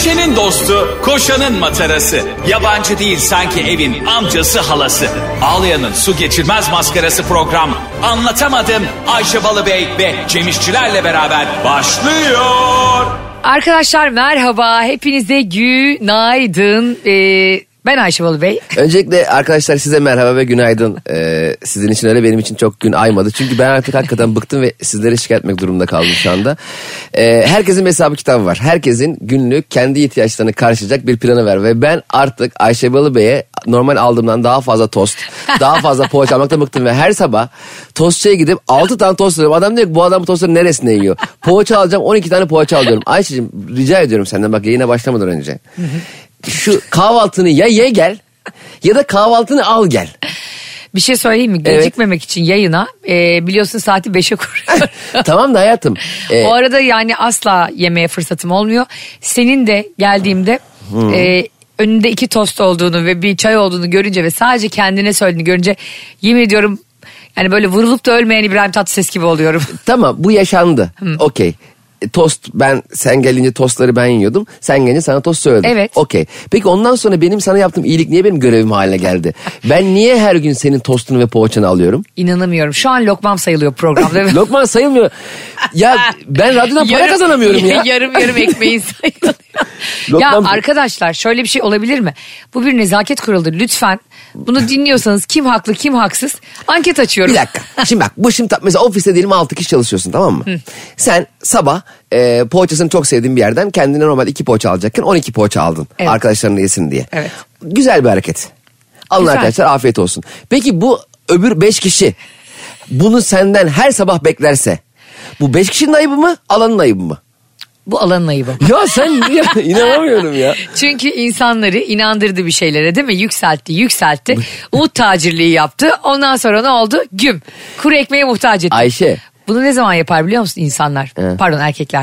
Ayşe'nin dostu, koşanın matarası. Yabancı değil sanki evin amcası halası. Ağlayan'ın su geçirmez maskarası program. Anlatamadım Ayşe Balıbey ve Cemişçilerle beraber başlıyor. Arkadaşlar merhaba, hepinize günaydın. Ben Ayşe Balıbey. Öncelikle arkadaşlar size merhaba ve günaydın. Sizin için öyle, benim için çok gün aymadı. Çünkü ben artık hakikaten bıktım ve sizlere şikayet etmek durumunda kaldım şu anda. Herkesin bir hesabı kitabı var. Herkesin günlük kendi ihtiyaçlarını karşılayacak bir planı var. Ve ben artık Ayşe Balıbey'e normal aldığımdan daha fazla tost, daha fazla poğaça almaktan bıktım. Ve her sabah tostçuya gidip 6 tane tost alıyorum. Adam diyor ki bu adam bu tostları neresinde yiyor? Poğaça alacağım, 12 tane poğaça alıyorum. Ayşe'cim rica ediyorum senden, bak yayına başlamadan önce. Şu kahvaltını ya ye gel ya da kahvaltını al gel. Bir şey söyleyeyim mi? Gecikmemek için yayına biliyorsun saati 5'e kuruyor. Tamam da hayatım. O arada yani asla yemeye fırsatım olmuyor. Senin de geldiğimde önünde 2 tost olduğunu ve bir çay olduğunu görünce ve sadece kendine söylediğini görünce yemin ediyorum yani böyle vurulup da ölmeyen İbrahim Tatlıses gibi oluyorum. Tamam, bu yaşandı. Okey. Tost, sen gelince tostları ben yiyordum. Sen gelince sana tost söyledim. Evet. Okey. Peki ondan sonra benim sana yaptığım iyilik niye benim görevim haline geldi? Ben niye her gün senin tostunu ve poğaçanı alıyorum? İnanamıyorum. Şu an lokmam sayılıyor programda. Lokman sayılmıyor. Ya ben radyodan para kazanamıyorum ya. Yarım ekmeğin sayılıyor. Ya arkadaşlar şöyle bir şey olabilir mi? Bu bir nezaket kuralıdır. Lütfen bunu dinliyorsanız kim haklı kim haksız anket açıyorum. Bir dakika. Şimdi bak, mesela ofiste diyelim 6 kişi çalışıyorsun, tamam mı? Sen sabah poğaçasını çok sevdiğin bir yerden kendine normal 2 poğaça alacakken 12 poğaça aldın. Evet. Arkadaşlarınla yesin diye. Evet. Güzel bir hareket. Alın güzel. Arkadaşlar, afiyet olsun. Peki bu öbür 5 kişi bunu senden her sabah beklerse bu 5 kişinin ayıbı mı, alanın ayıbı mı? Bu alanın ayıbı. Ya sen inanamıyorum ya. Çünkü insanları inandırdı bir şeylere, değil mi? Yükseltti. Umut tacirliği yaptı. Ondan sonra ne oldu? Güm. Kuru ekmeğe muhtaç etti. Ayşe. Bunu ne zaman yapar biliyor musun insanlar? Pardon, erkekler.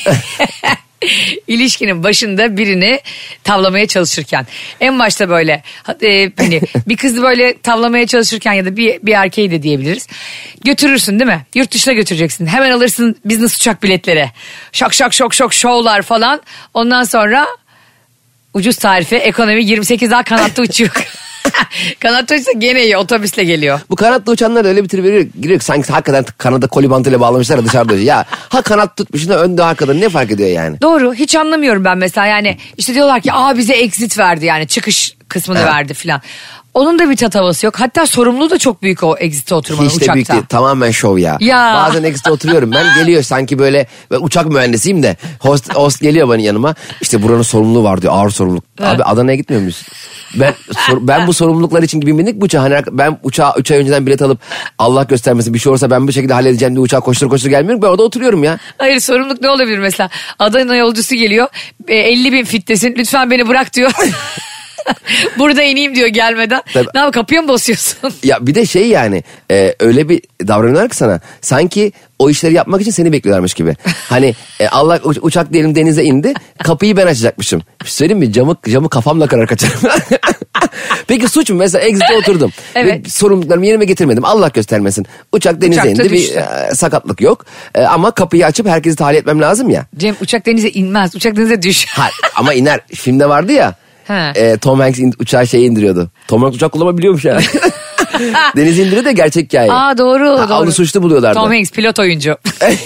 İlişkinin başında birini tavlamaya çalışırken. En başta böyle hani bir kızı böyle tavlamaya çalışırken ya da bir erkeği de diyebiliriz. Götürürsün, değil mi? Yurt dışına götüreceksin. Hemen alırsın business uçak biletleri. Şok şovlar falan. Ondan sonra ucuz tarife ekonomi 28 daha kanatta uçuyor. Kanatta uçsa gene iyi, otobüsle geliyor. Bu kanatta uçanlar öyle bir tribe giriyor. Sanki hakikaten kanada koli bantıyla bağlamışlar ya dışarıda. Ya ha kanat tutmuşsun da önde arkada ne fark ediyor yani? Doğru, hiç anlamıyorum ben mesela, yani işte diyorlar ki bize exit verdi, yani çıkış kısmını verdi filan. Onun da bir tat havası yok. Hatta sorumluluğu da çok büyük o exit'e oturmanın uçakta. Hiç de büyük değil. Tamamen şov ya. Bazen exit'e oturuyorum. Ben geliyor sanki böyle, ben uçak mühendisiyim de host geliyor benim yanıma. İşte buranın sorumluluğu var diyor, ağır sorumluluk. Abi Adana'ya gitmiyor muyuz? Ben bu sorumluluklar için bindik bu uçağa. Hani ben uçağa 3 ay önceden bilet alıp Allah göstermesin bir şey olursa ben bu şekilde halledeceğim diye uçağa koştur gelmiyorum. Ben orada oturuyorum ya. Hayır, sorumluluk ne olabilir mesela? Adana yolcusu geliyor. 50.000 fittesin, lütfen beni bırak diyor. Burada ineyim diyor gelmeden. Tabii. Ne yap, kapıya mı basıyorsun? Ya bir de şey yani öyle bir davranıyorlar ki sana. Sanki o işleri yapmak için seni bekliyorlarmış gibi. Hani Allah uçak diyelim denize indi. Kapıyı ben açacakmışım. Bir şey söyleyeyim mi? Camı kafamla kırar kaçarım. Peki suç mu? Mesela exit'e oturdum. Evet. Ve sorumluluklarımı yerime getirmedim. Allah göstermesin. Uçak denize indi. Bir sakatlık yok. Ama kapıyı açıp herkesi tahliye etmem lazım ya. Cem, uçak denize inmez. Uçak denize düş. Ama iner. Filmde vardı ya. Tom Hanks uçağı indiriyordu. Tom Hanks uçak kullanabiliyormuş yani. Denize indiriyor da gerçek hikaye. Doğru. Onu suçlu buluyorlardı. Tom Hanks pilot oyuncu.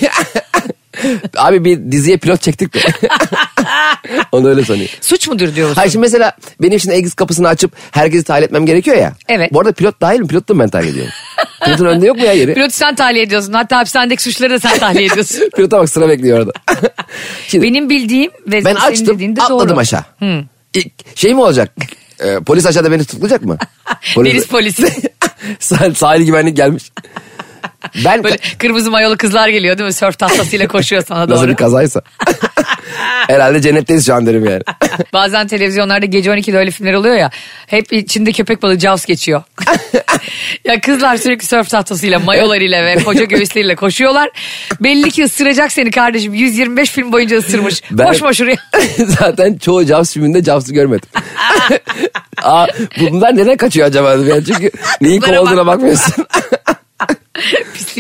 Abi bir diziye pilot çektik de. Onu öyle sanıyor. Suç mudur diyorsun? Hayır, şimdi mesela benim şimdi exit kapısını açıp herkesi tahliye etmem gerekiyor ya. Evet. Bu arada pilot dahil mi? Pilot da mı ben tahliye ediyorum? Pilotun önünde yok mu ya yeri? Pilotu sen tahliye ediyorsun. Hatta hapishanedeki suçları da sen tahliye ediyorsun. Pilota bak, sıra bekliyor orada. Şimdi, benim bildiğim ve ben açtım, atladım doğru. Aşağı. Şey mi olacak? Polis aşağıda beni tutuklayacak mı? Deniz polisi. Sahil güvenlik gelmiş. Böyle kırmızı mayolu kızlar geliyor değil mi? Sörf tahtasıyla koşuyor sana doğru. Nasıl bir kazaysa. Herhalde cennetteyiz şu an derim yani. Bazen televizyonlarda gece 12'de öyle filmler oluyor ya. Hep içinde köpek balığı Jaws geçiyor. Ya kızlar sürekli sörf tahtasıyla, mayolarıyla ve koca göğüsleriyle koşuyorlar. Belli ki ısıracak seni kardeşim. 125 film boyunca ısırmış. Koşma şuraya. Zaten çoğu Jaws filminde Jaws'ı görmedim. Bunlar neden kaçıyor acaba? Yani çünkü neyin kovaladığına bakmıyorsun. Pislik.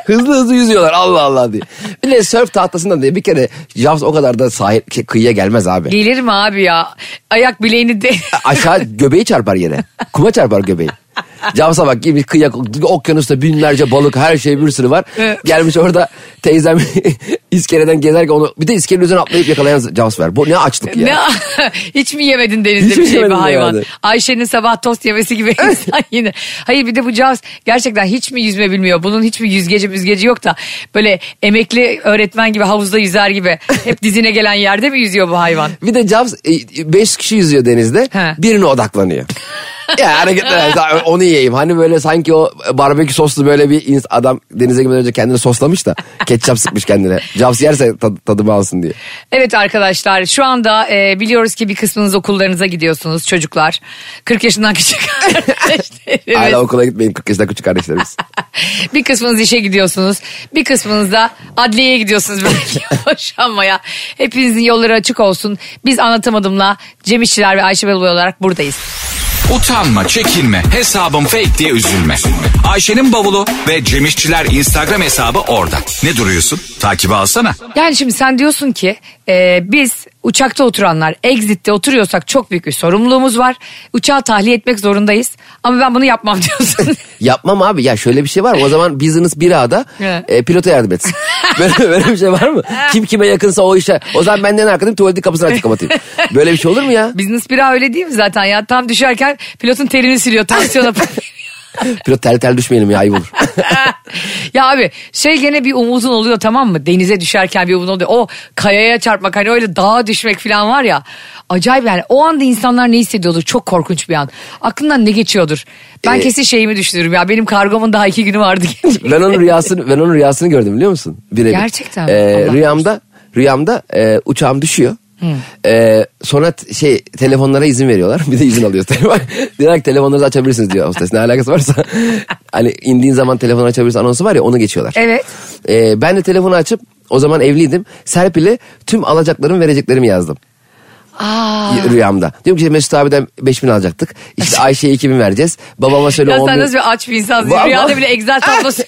Hızlı yüzüyorlar Allah Allah diye. Bir de sörf tahtasından diye bir kere Jaws o kadar da kıyıya gelmez abi. Gelir mi abi ya? Ayak bileğini de... Aşağı göbeği çarpar yere. Kuma çarpar göbeği. Javs'a bak gibi kıyak, okyanusta binlerce balık, her şey bir sürü var. Gelmiş orada teyzem iskeleden gezerken onu bir de iskelenin üzerine atlayıp yakalayan Javs var. Bu ne açlık ya. Hiç mi yemedin denizde bir şey bir hayvan? Yani. Ayşe'nin sabah tost yemesi gibi insan yine. Hayır bir de bu Javs gerçekten hiç mi yüzme bilmiyor? Bunun hiç mi yüzgeci yok da böyle emekli öğretmen gibi havuzda yüzer gibi hep dizine gelen yerde mi yüzüyor bu hayvan? Bir de Javs 5 kişi yüzüyor denizde. Birine odaklanıyor. Ya hareketler onu yiyeyim. Hani böyle sanki o barbekü soslu böyle bir adam denize girmeden önce kendini soslamış da ketçap sıkmış kendine. Javs yerse tadımı alsın diye. Evet arkadaşlar şu anda biliyoruz ki bir kısmınız okullarınıza gidiyorsunuz çocuklar. 40 yaşından küçük kardeşlerimiz. Hala okula gitmeyin 40 yaşından küçük kardeşlerimiz. Bir kısmınız işe gidiyorsunuz. Bir kısmınız da adliyeye gidiyorsunuz belki boşanmaya. Hepinizin yolları açık olsun. Biz Anlatamadım'la Cem İşçiler ve Ayşe Balıbey olarak buradayız. Utanma, çekinme, hesabım fake diye üzülme. Ayşe'nin bavulu ve Cem İşçiler Instagram hesabı orada. Ne duruyorsun? Takibi alsana. Yani şimdi sen diyorsun ki biz uçakta oturanlar exit'te oturuyorsak çok büyük bir sorumluluğumuz var. Uçağı tahliye etmek zorundayız. Ama ben bunu yapmam diyorsun. Yapmam abi ya şöyle bir şey var mı? O zaman business 1A'da pilota yardım etsin. Böyle bir şey var mı? Kim kime yakınsa o işe. O zaman benden arkadayım tuvaletin kapısını açık kapatayım. Böyle bir şey olur mu ya? Business 1A öyle değil mi zaten ya? Tam düşerken pilotun terini siliyor. Tansiyona pilot tel düşmeyelim ya ayıp olur. Ya abi gene bir umudun oluyor tamam mı? Denize düşerken bir umudun oluyor. O kayaya çarpmak hani öyle dağa düşmek falan var ya. Acayip yani o anda insanlar ne hissediyordur? Çok korkunç bir an. Aklından ne geçiyordur? Ben kesin şeyimi düşünürüm ya. Benim kargomun daha 2 günü vardı. ben onun rüyasını gördüm biliyor musun? Birebir. Gerçekten Rüyamda uçağım düşüyor. Sonra telefonlara izin veriyorlar. Bir de izin alıyoruz. Diyorlar ki telefonlarınızı açabilirsiniz diyor hostes. Ne alakası varsa. Hani indiğin zaman telefonu açabilirsin anonsu var ya onu geçiyorlar. Evet. Ben de telefonu açıp o zaman evliydim. Serpil'e tüm alacaklarımı vereceklerimi yazdım. Rüyamda. Diyorum ki Mesut abiden 5.000 alacaktık. İşte Ayşe'ye 2.000 vereceğiz. Babama söyle 10.000. Ya sen nasıl bir aç bir insansın. Rüyada bile Excel tablosu.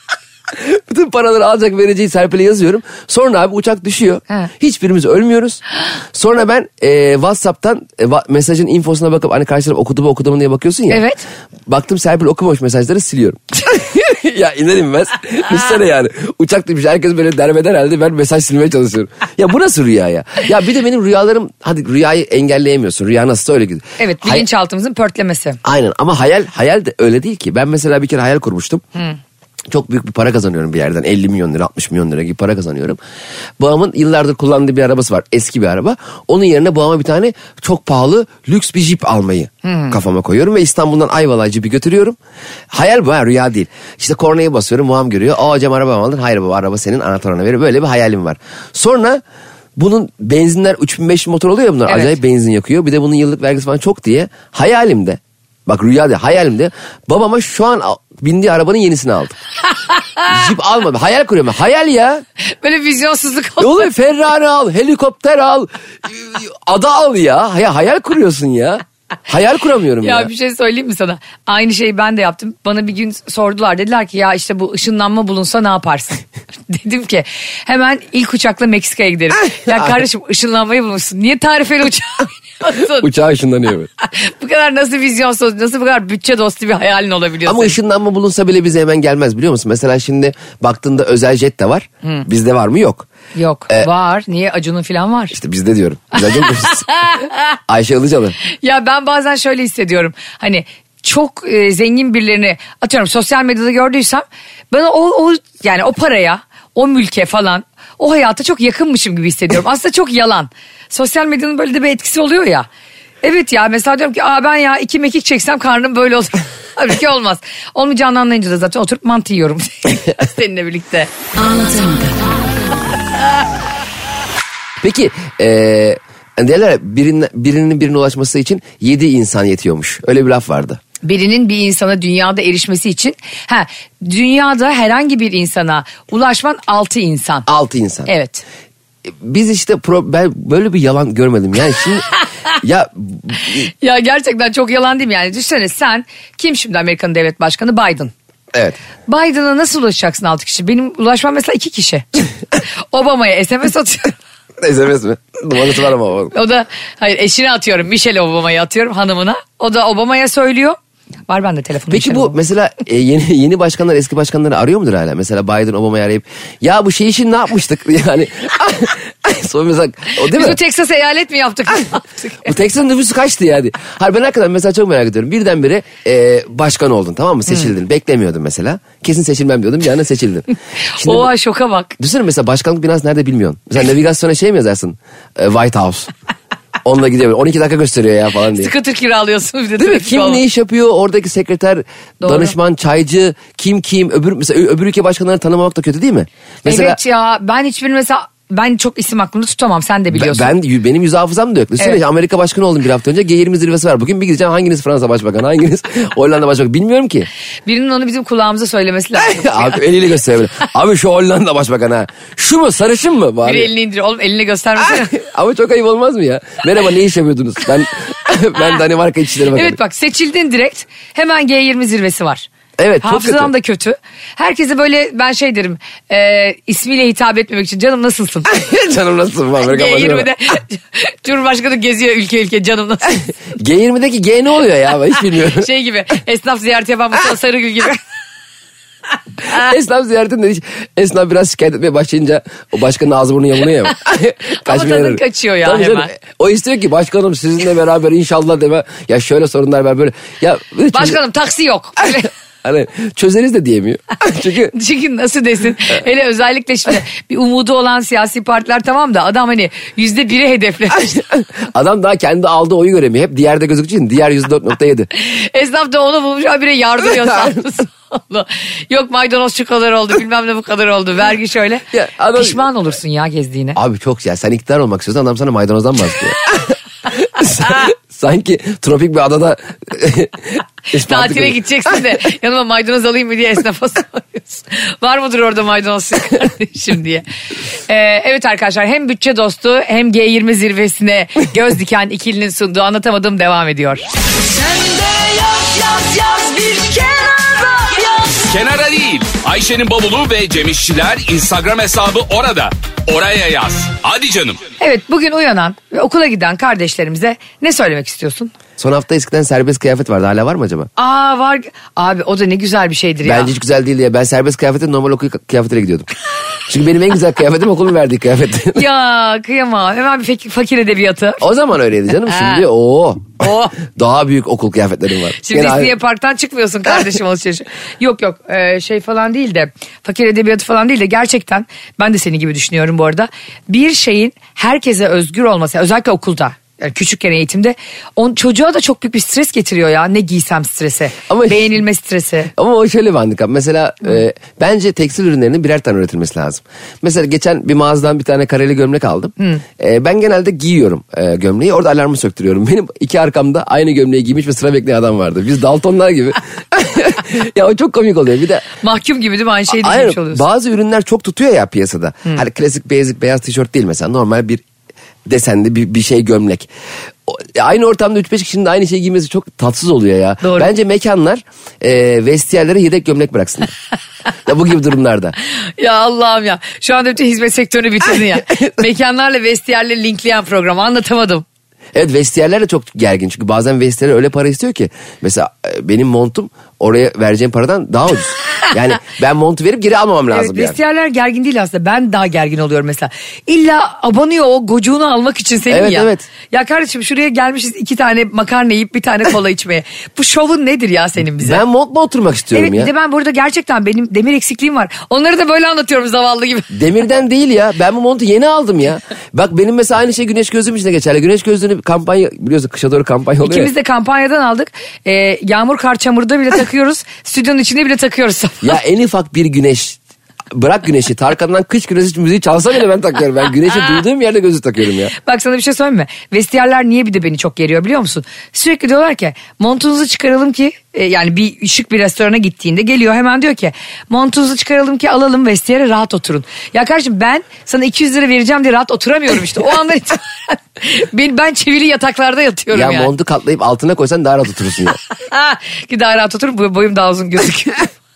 Bütün paraları alacak vereceği Serpil'e yazıyorum. Sonra abi uçak düşüyor. Hiçbirimiz ölmüyoruz. Sonra ben WhatsApp'tan mesajın infosuna bakıp hani karşı taraf okudu mu diye bakıyorsun ya. Evet. Baktım Serpil okumamış mesajları siliyorum. Ya inanılmaz. Düşünsene yani. Uçak düşmüş herkes böyle derbeder halde ben mesaj silmeye çalışıyorum. Ya bu nasıl rüya ya? Ya bir de benim rüyalarım hadi rüyayı engelleyemiyorsun. Rüya nasılsa öyle gidiyor. Evet bilinçaltımızın pörtlemesi. Aynen ama hayal de öyle değil ki. Ben mesela bir kere hayal kurmuştum. Çok büyük bir para kazanıyorum bir yerden. 50 milyon lira 60 milyon lira gibi para kazanıyorum. Babamın yıllardır kullandığı bir arabası var. Eski bir araba. Onun yerine babama bir tane çok pahalı lüks bir jip almayı kafama koyuyorum. Ve İstanbul'dan Ayvalık'a jipi götürüyorum. Hayal bu rüya değil. İşte kornaya basıyorum babam görüyor. Cem araba mı aldın? Hayır baba araba senin anahtarına veriyor. Böyle bir hayalim var. Sonra bunun benzinler 3500 motor oluyor ya bunlar. Evet. Acayip benzin yakıyor. Bir de bunun yıllık vergisi falan çok diye hayalimde. Bak rüya değil hayalimde babama şu an bindiği arabanın yenisini aldım. Jip almadım. Hayal kuruyorum. Hayal ya. Böyle vizyonsuzluk oldu. Ne oluyor? Ferrari al, helikopter al, ada al ya. Hayal kuruyorsun ya. Hayal kuramıyorum ya. Ya bir şey söyleyeyim mi sana? Aynı şeyi ben de yaptım. Bana bir gün sordular. Dediler ki ya işte bu ışınlanma bulunsa ne yaparsın? Dedim ki hemen ilk uçakla Meksika'ya giderim. Ya kardeşim ışınlanmayı bulmuşsun. Niye tarifeli uçağa biniyorsun? Uçağı ışınlanıyor böyle. Bu kadar nasıl vizyonsuz, nasıl bu kadar bütçe dostu bir hayalin olabiliyor? Ama ışınlanma bulunsa bile bize hemen gelmez biliyor musun? Mesela şimdi baktığında özel jet de var. Bizde var mı? Yok. Yok var. Niye Acun'un falan var? İşte bizde diyorum. Biz Acun kuşuz. Ayşe Ilıcalı. Ya ben bazen şöyle hissediyorum. Hani çok zengin birilerini atıyorum sosyal medyada gördüysem bana yani o paraya, o mülke falan o hayata çok yakınmışım gibi hissediyorum. Aslında çok yalan. Sosyal medyanın böyle de bir etkisi oluyor ya. Evet ya mesela diyorum ki ben ya 2 mekik çeksem karnım böyle olur. Tabii ki olmaz. Olmayacağını anlayınca da zaten oturup mantı yiyorum seninle birlikte. Anlatamadım. Peki derler birine ulaşması için 7 insan yetiyormuş. Öyle bir laf vardı. Birinin bir insana dünyada erişmesi için dünyada herhangi bir insana ulaşman 6 insan. 6 insan. Evet. Biz işte ben böyle bir yalan görmedim. Yani şimdi ya gerçekten çok yalan değil mi yani? Düşünsene sen kim şimdi Amerika'nın devlet başkanı? Biden. Evet. Biden'a nasıl ulaşacaksın 6 kişi? Benim ulaşmam mesela 2 kişi. Obama'ya SMS atıyorum. SMS mi? Numarası var ama Obama'nın. O da hayır eşine atıyorum. Michelle Obama'ya atıyorum, hanımına. O da Obama'ya söylüyor. Var bende telefonu. Peki bu mesela yeni başkanlar eski başkanları arıyor mudur hala? Mesela Biden Obama'yı arayıp ya bu şey için ne yapmıştık yani. Sonra mesela o değil Biz mi? bu Texas eyalet mi yaptık? Bu Texas'ın nüfusu kaçtı yani? Hayır ben hakikaten mesela çok merak ediyorum. Birdenbire başkan oldun, tamam mı? Seçildin. Beklemiyordun mesela. Kesin seçilmem diyordum. Bir anda seçildin. Oha, şoka bak. Düşünsene mesela başkanlık binası nerede bilmiyorsun. Mesela navigasyona şey mi yazarsın? White House. Onunla gidiyor. 12 dakika gösteriyor ya falan diye. Scooter kiralıyorsun bir de. Değil mi? Kim ne iş yapıyor? Oradaki sekreter, danışman, çaycı, kim mesela öbür ülke başkanlarını tanımamak da kötü değil mi? Mesela, evet ya, ben hiçbirini mesela ben çok isim aklımda tutamam, sen de biliyorsun. Benim yüz hafızam da yok. Düşünsene evet. Amerika başkanı oldum bir hafta önce. G20 zirvesi var. Bugün bir gideceğim, hanginiz Fransa başbakanı, hanginiz Hollanda başbakanı bilmiyorum ki. Birinin onu bizim kulağımıza söylemesi lazım. Abi eliyle gösterebilir. Abi şu Hollanda başbakanı ha. Şu mu, sarışın mı? Bari. Biri elini indiriyor. Oğlum elini göstermesene. Ama çok ayıp olmaz mı ya? Merhaba, ne iş yapıyordunuz? Ben Danimarka İçişleri Bakanı. Evet bak, seçildin direkt. Hemen G20 zirvesi var. Evet, çok hafızam da kötü. Herkese böyle ben şey derim, ismiyle hitap etmemek için canım nasılsın? Canım nasılsın? G20'de Cumhurbaşkanı geziyor ülke canım nasılsın? G20'deki G ne oluyor ya, ben hiç bilmiyorum. Şey gibi, esnaf ziyareti yapan Mustafa Sarıgül gibi. Esnaf ziyaretinde hiç, esnaf biraz şikayet etmeye başlayınca o başkanın ağzı burnu yamuluyor ya. Ama tadın kaçıyor ya tabii hemen. Canım, o istiyor ki başkanım sizinle beraber inşallah deme. Ya şöyle sorunlar var böyle. Ya böyle başkanım taksi yok. Hani çözeriz de diyemiyor. Çünkü nasıl desin? Hele özellikle şimdi bir umudu olan siyasi partiler, tamam da adam hani %1'i hedeflemiş. Adam daha kendi aldığı oyu göremiyor. Hep diğerde gözüktüğü için diğer %4.7. Esnaf da onu bulmuş, habire yardırıyor sağlısı. Yok maydanoz şu kadar oldu, bilmem ne bu kadar oldu, vergi şöyle. Ya, adam, pişman olursun ya gezdiğine. Abi çok ya, sen iktidar olmak istiyorsan adam sana maydanozdan bahsediyor. Sanki tropik bir adada tatile gideceksin de yanıma maydanoz alayım mı diye esnafa soruyorsun. Var mıdır orada maydanoz kardeşim diye. Evet arkadaşlar, hem bütçe dostu hem G20 zirvesine göz diken ikilinin sunduğu Anlatamadım devam ediyor. Sen de yaz bir kenara yaz. Kenara değil. Ayşe'nin bavulu ve Cem İşçiler Instagram hesabı orada. Oraya yaz. Hadi canım. Evet, bugün uyanan ve okula giden kardeşlerimize ne söylemek istiyorsun? Son hafta eskiden serbest kıyafet vardı. Hala var mı acaba? Var. Abi o da ne güzel bir şeydir ya. Bence hiç güzel değil ya. Ben serbest kıyafete normal okul kıyafetine gidiyordum. Çünkü benim en güzel kıyafetim okulun verdiği kıyafet. Ya kıyamam. Hemen bir fakir edebiyatı. O zaman öyleydi canım. Şimdi daha büyük okul kıyafetlerim var. Şimdi İstiye Park'tan çıkmıyorsun kardeşim alışverişe. Yok şey falan değil de, fakir edebiyatı falan değil de, gerçekten ben de senin gibi düşünüyorum bu arada. Bir şeyin herkese özgür olması, özellikle okulda. Yani küçükken eğitimde çocuğa da çok büyük bir stres getiriyor ya. Ne giysem stresi. Beğenilme stresi. Ama o şöyle bir handikap. Mesela bence tekstil ürünlerinin birer tane üretilmesi lazım. Mesela geçen bir mağazadan bir tane kareli gömlek aldım. Ben genelde giyiyorum gömleği. Orada alarmı söktürüyorum. Benim iki arkamda aynı gömleği giymiş ve sıra bekleyen adam vardı. Biz Daltonlar gibi. Ya o çok komik oluyor. Bir de mahkum gibi değil mi? Aynı şeyi düşünmüş oluyorsun. Bazı ürünler çok tutuyor ya piyasada. Hani klasik beyaz tişört değil mesela. Normal bir desenli bir şey gömlek. Aynı ortamda 3-5 kişinin de aynı şeyi giymesi çok tatsız oluyor ya. Doğru. Bence mekanlar vestiyerlere yedek gömlek bıraksınlar. Ya bu gibi durumlarda. Ya Allah'ım ya. Şu anda bütün hizmet sektörünü bitirdin ya. Mekanlarla vestiyerleri linkleyen programı Anlatamadım. Evet, vestiyerler de çok gergin. Çünkü bazen vestiyerer öyle para istiyor ki. Mesela benim montum oraya vereceğim paradan daha ucuz. Yani ben montu verip geri almamam lazım. Evet, vestiyerler gergin değil aslında. Ben daha gergin oluyorum mesela. İlla abanıyor o gocuğunu almak için senin evet, ya. Evet. Ya kardeşim, şuraya gelmişiz 2 tane makarna yiyip bir tane kola içmeye. Bu şovun nedir ya senin bize? Ben montla oturmak istiyorum evet, ya. Evet, bir de ben burada gerçekten benim demir eksikliğim var. Onları da böyle anlatıyorum zavallı gibi. Demirden değil ya. Ben bu montu yeni aldım ya. Bak benim mesela aynı şey güneş gözlüğüm için de geçerli. Güneş gözlüğünü kampanya, biliyorsun kışa doğru kampanya oluyor. İkimiz de kampanyadan aldık. Yağmur kar çamurda bile takıyoruz. Stüdyonun içinde bile takıyoruz. Ya en ufak bir güneş, bırak güneşi, Tarkan'dan kış güneşi müziği çalsa bile ben takıyorum. Ben güneşi duyduğum yerde gözlük takıyorum ya. Bak sana bir şey söyleyeyim mi? Vestiyerler niye bir de beni çok geriyor biliyor musun? Sürekli diyorlar ki montunuzu çıkaralım ki, yani bir şık bir restorana gittiğinde geliyor hemen diyor ki montunuzu çıkaralım ki alalım vestiyere, rahat oturun. Ya kardeşim, ben sana 200 lira vereceğim diye rahat oturamıyorum işte. O andan itibaren ben çivili yataklarda yatıyorum ya. Yani. Montu katlayıp altına koysan daha rahat oturursun ya. Ki daha rahat otururum, boyum daha uzun gözüküyor.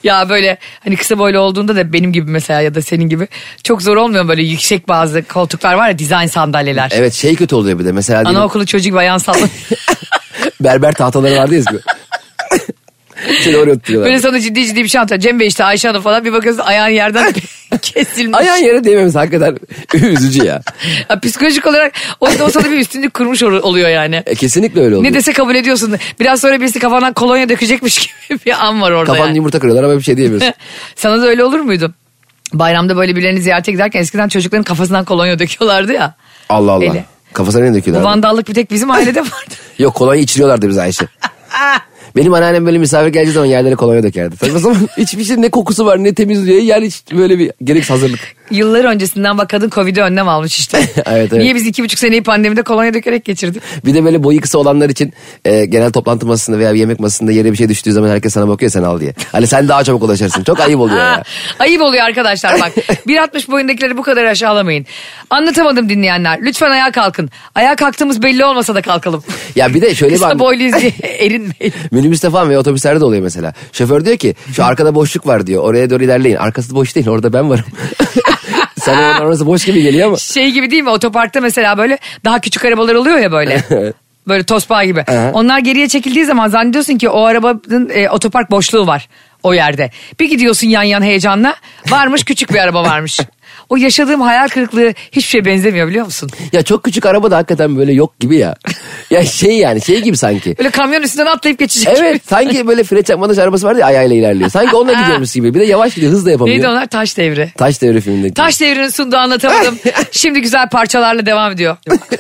Ya böyle hani kısa boylu olduğunda da benim gibi mesela ya da senin gibi çok zor olmuyor mu? Böyle yüksek bazı koltuklar var ya, dizayn sandalyeler. Evet, şey kötü oluyor bir de mesela. Anaokulu çocuğu gibi ayağın sallanıyor. Berber tahtaları vardı ya. Seni oraya oturuyorlar. Böyle sana ciddi bir şey anlatıyor. Cem Bey işte Ayşe Hanım falan, bir bakıyorsun ayağın yerden kesilmiş. Ayağın yere değmemiz hakikaten üzücü ya. Psikolojik olarak o sana bir üstünlük kurmuş oluyor yani. Kesinlikle öyle oluyor. Ne dese kabul ediyorsun. Biraz sonra birisi kafandan kolonya dökecekmiş gibi bir an var orada. Kafanın yumurta kırıyorlar ama bir şey diyemiyorsun. Sana da öyle olur muydu? Bayramda böyle birilerini ziyarete giderken eskiden çocukların kafasından kolonya döküyorlardı ya. Allah Allah. Eli. Kafasına ne döküyorlar? Bu vandallık bir tek bizim ailede vardı. Yok, kolonya içiriyorlardı bize Ayşe. Benim anneannem böyle misafir geldiği zaman yerlere kolonya dökerdi. Tabii o zaman hiçbir şey, ne kokusu var ne temizliği, yani hiç böyle bir gereksiz hazırlık. Yıllar öncesinden bak, kadın Covid'e önlem almış işte. Evet. Niye biz 2,5 seneyi pandemide kolonya dökerek geçirdik? Bir de böyle boyu kısa olanlar için genel toplantı masasında veya bir yemek masasında yere bir şey düştüğü zaman herkes sana bakıyor, sen al diye. Hani sen daha çabuk ulaşırsın. Çok ayıp oluyor ya. Ayıp oluyor arkadaşlar bak. 1.60 boyundakileri bu kadar aşağılamayın. Anlatamadım dinleyenler. Lütfen ayağa kalkın. Ayağa kalktığımız belli olmasa da kalkalım. Ya bir de şöyle bir kısa boyluyuz diye erinmeyin. Minibüste falan ve otobüslerde de oluyor mesela. Şoför diyor ki şu arkada boşluk var diyor. Oraya doğru ilerleyin. Arkası boş değil, orada ben varım. Sana orası boş gibi geliyor ama. Şey gibi değil mi? Otoparkta mesela böyle daha küçük arabalar oluyor ya böyle. Böyle tosbağa gibi. Onlar geriye çekildiği zaman zannediyorsun ki o arabanın otopark boşluğu var o yerde. Bir gidiyorsun yan yan heyecanla. Varmış, küçük bir araba varmış. O yaşadığım hayal kırıklığı hiçbir şeye benzemiyor, biliyor musun? Ya çok küçük araba da hakikaten böyle yok gibi ya. Ya şey gibi sanki. Böyle kamyon üstünden atlayıp geçecek evet, gibi. sanki böyle fren çakmadığı arabası vardı ya, ayağıyla ilerliyor. Sanki onunla gidiyormuş gibi. Bir de yavaş gidiyor, hız da yapamıyor. Neydi onlar? Taş Devri. Taş Devri filmindeki. Taş Devri'nin sunduğu Anlatamadım. Şimdi güzel parçalarla devam ediyor.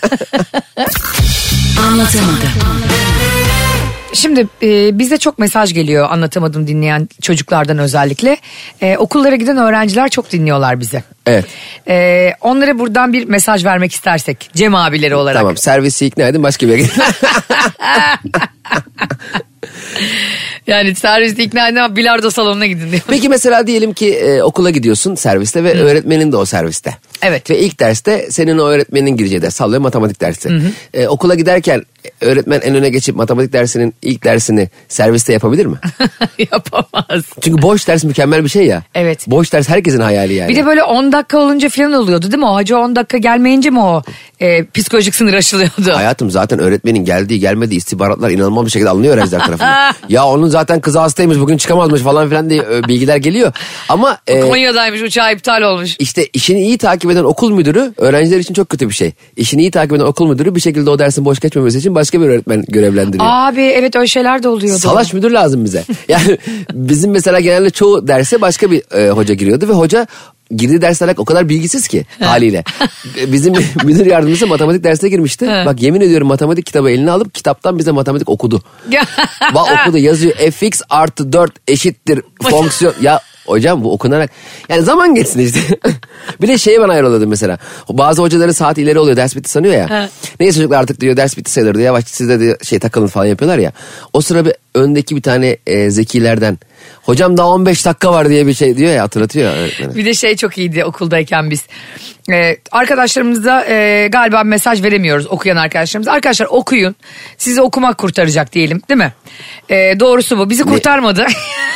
Anlatamadım. Şimdi bize çok mesaj geliyor Anlatamadım dinleyen çocuklardan özellikle. Okullara giden öğrenciler çok dinliyorlar bizi. Evet. Onlara buradan bir mesaj vermek istersek Cem abileri olarak. Tamam, servisi ikna edin, başka bir yere gidin. Yani serviste ikna edin ama bilardo salonuna gidin diyor. Peki mesela diyelim ki okula gidiyorsun serviste ve öğretmenin de o serviste. Evet. Ve ilk derste senin o öğretmenin gireceği ders, sallıyor matematik dersi. Okula giderken öğretmen en öne geçip matematik dersinin ilk dersini serviste yapabilir mi? Yapamaz. Çünkü boş ders mükemmel bir şey ya. Evet. Boş ders herkesin hayali yani. Bir de böyle 10 dakika olunca falan oluyordu değil mi? O hacı 10 dakika gelmeyince mi o psikolojik sınır aşılıyordu? Hayatım zaten öğretmenin geldiği gelmediği istihbaratlar inanılmaz bir şekilde alınıyor öğrenciler tarafından. Ya onun zaten kızı hastaymış, bugün çıkamazmış falan filan diye bilgiler geliyor. Ama Konya'daymış, uçağı iptal olmuş. İşte işini iyi takip eden okul müdürü öğrenciler için çok kötü bir şey. İşini iyi takip eden okul müdürü bir şekilde o dersin boş geçmemesi için başka bir öğretmen görevlendiriyor. Abi evet, öyle şeyler de oluyordu. Salaş müdür lazım bize. Yani bizim mesela genelde çoğu derse başka bir hoca giriyordu ve hoca girdiği dersler o kadar bilgisiz ki haliyle. Bizim müdür yardımcısı matematik dersine girmişti. Bak yemin ediyorum, matematik kitabı eline alıp kitaptan bize matematik okudu. Bak okudu, yazıyor fx artı 4 eşittir fonksiyon. Ya hocam bu okunarak yani zaman geçsin işte. Bir de şeye ben ayrılıyordum mesela. Bazı hocaların saat ileri oluyor, ders bitti sanıyor ya. Neyse çocuklar artık diyor ders bitti sayılır diyor. Yavaş siz de diyor, takılın falan yapıyorlar ya. O sıra bir öndeki bir tane zekilerden hocam daha 15 dakika var diye bir şey diyor ya, hatırlatıyor öğretmeni. Bir de şey çok iyiydi okuldayken biz. Arkadaşlarımıza galiba mesaj veremiyoruz, okuyan arkadaşlarımız. Arkadaşlar okuyun, sizi okumak kurtaracak diyelim, değil mi? Doğrusu bu, bizi kurtarmadı.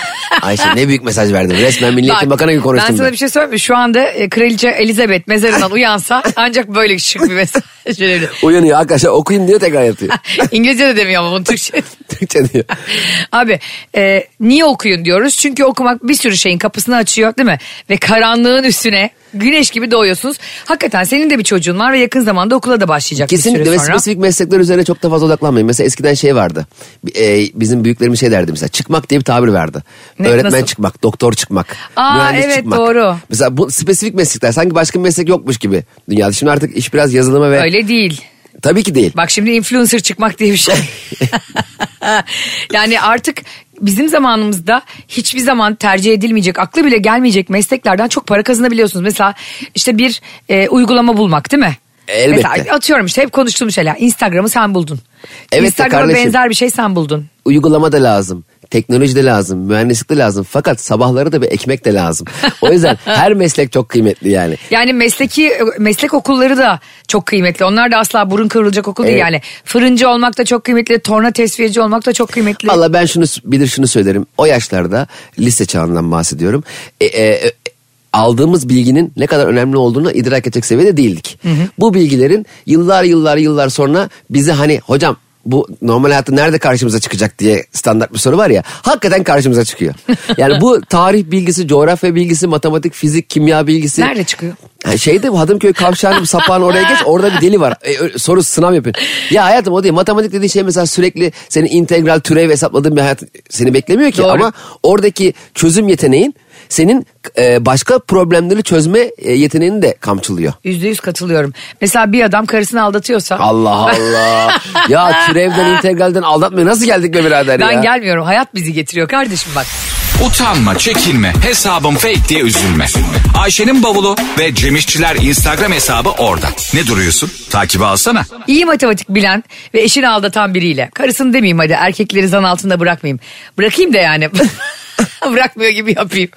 Ayşe ne büyük mesaj verdim. Resmen Milli Eğitim Bakanı gibi konuştum. Ben sana bir şey söyleyeyim mi? Şu anda Kraliçe Elizabeth mezarından uyansa ancak böyle şık bir mesaj verebilir. Uyanıyor arkadaşlar, okuyun diyor, tekrar yatıyor. İngilizce de demiyor ama bunu Türkçe. Türkçe diyor. Abi niye okuyun diyoruz? Çünkü okumak bir sürü şeyin kapısını açıyor, değil mi? Ve karanlığın üstüne güneş gibi doğuyorsunuz. Hakikaten senin de bir çocuğun var ve yakın zamanda okula da başlayacak. Kesinlikle, bir süre ve sonra. spesifik meslekler üzerine çok da fazla odaklanmayın. Mesela eskiden şey vardı. Bizim büyüklerimiz şey derdi mesela. Çıkmak diye bir tabir vardı. Öğretmen nasıl? Çıkmak, doktor çıkmak, mühendis evet, çıkmak. Doğru. Mesela bu spesifik meslekler, sanki başka bir meslek yokmuş gibi dünyada. Şimdi artık iş biraz yazılıma ve... Öyle değil. Tabii ki değil. Bak şimdi influencer çıkmak diye bir şey. Yani artık bizim zamanımızda hiçbir zaman tercih edilmeyecek, aklı bile gelmeyecek mesleklerden çok para kazanabiliyorsunuz. Mesela işte bir uygulama bulmak, değil mi? Elbette. Mesela atıyorum işte hep konuştuğum şeyler. Instagram'ı sen buldun. Evet, Instagram'a benzer bir şey sen buldun. Uygulama da lazım. teknoloji de lazım, mühendislik de lazım. Fakat sabahları da bir ekmek de lazım. O yüzden her meslek çok kıymetli yani. Yani meslek okulları da çok kıymetli. Onlar da asla burun kıvrılacak okul değil yani. Fırıncı olmak da çok kıymetli, torna tesviyeci olmak da çok kıymetli. Valla ben şunu söylerim. O yaşlarda lise çağından bahsediyorum. Aldığımız bilginin ne kadar önemli olduğunu idrak edecek seviyede değildik. Hı. Bu bilgilerin yıllar sonra bize hani hocam bu normal hayatta nerede karşımıza çıkacak diye standart bir soru var ya. Hakikaten karşımıza çıkıyor. Yani bu tarih bilgisi, coğrafya bilgisi, matematik, fizik, kimya bilgisi. Nerede çıkıyor? Şeyde bu Hadımköy kavşağının sapağını oraya geç. Orada bir deli var. Soru sınav yapıyor. Ya hayatım o değil. Matematik dediğin şey mesela sürekli senin integral, türev hesapladığın bir hayat seni beklemiyor ki. Doğru. Ama oradaki çözüm yeteneğin senin başka problemleri çözme yeteneğini de kamçılıyor. %100 katılıyorum. Mesela bir adam karısını aldatıyorsa. Allah Allah. Ya türevden, integralden aldatmaya nasıl geldik be birader ya? Ben gelmiyorum. Hayat bizi getiriyor kardeşim bak. Utanma, çekinme, hesabım fake diye üzülme. Ayşe'nin bavulu ve Cemişçiler Instagram hesabı orada. Ne duruyorsun? Takibi alsana. İyi matematik bilen ve eşini aldatan biriyle. Karısını demeyeyim hadi, erkekleri zan altında bırakmayayım. Bırakayım da yani. Bırakmıyor gibi yapayım.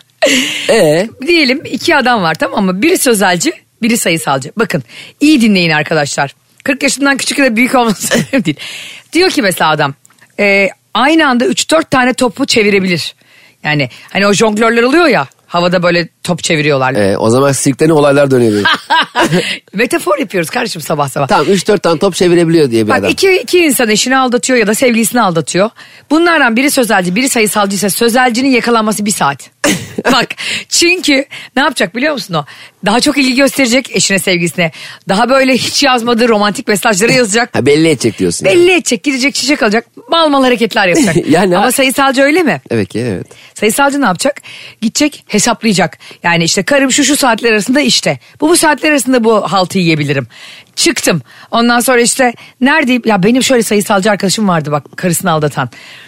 Diyelim 2 adam var, tamam mı? Biri sözelci, biri sayısalcı. Bakın iyi dinleyin arkadaşlar. 40 yaşından küçük ya da büyük olması önemli değil. Diyor ki mesela adam aynı anda 3-4 tane topu çevirebilir. Yani hani o jonglörler oluyor ya, havada böyle top çeviriyorlar. O zaman sirkte ne olaylar dönüyor. Metafor yapıyoruz kardeşim sabah sabah. Tamam 3-4 tane top çevirebiliyor diye bir adam. Bak iki insan eşini aldatıyor ya da sevgilisini aldatıyor. Bunlardan biri sözelci, biri sayısalcıysa sözelcinin yakalanması 1 saat. Bak çünkü ne yapacak biliyor musun o? Daha çok ilgi gösterecek eşine, sevgilisine. Daha böyle hiç yazmadığı romantik mesajları yazacak. Ha, belli edecek diyorsun. Belli edecek, gidecek çiçek alacak, mal hareketler yapacak. Yani ama sayısalcı öyle mi? Evet. Sayısalcı ne yapacak? Gidecek hesaplayacak. Yani işte karım şu saatler arasında işte. Bu saatler arasında bu haltı yiyebilirim. Çıktım. Ondan sonra işte neredeyim? Ya benim şöyle sayısalcı arkadaşım vardı bak, karısını aldatan.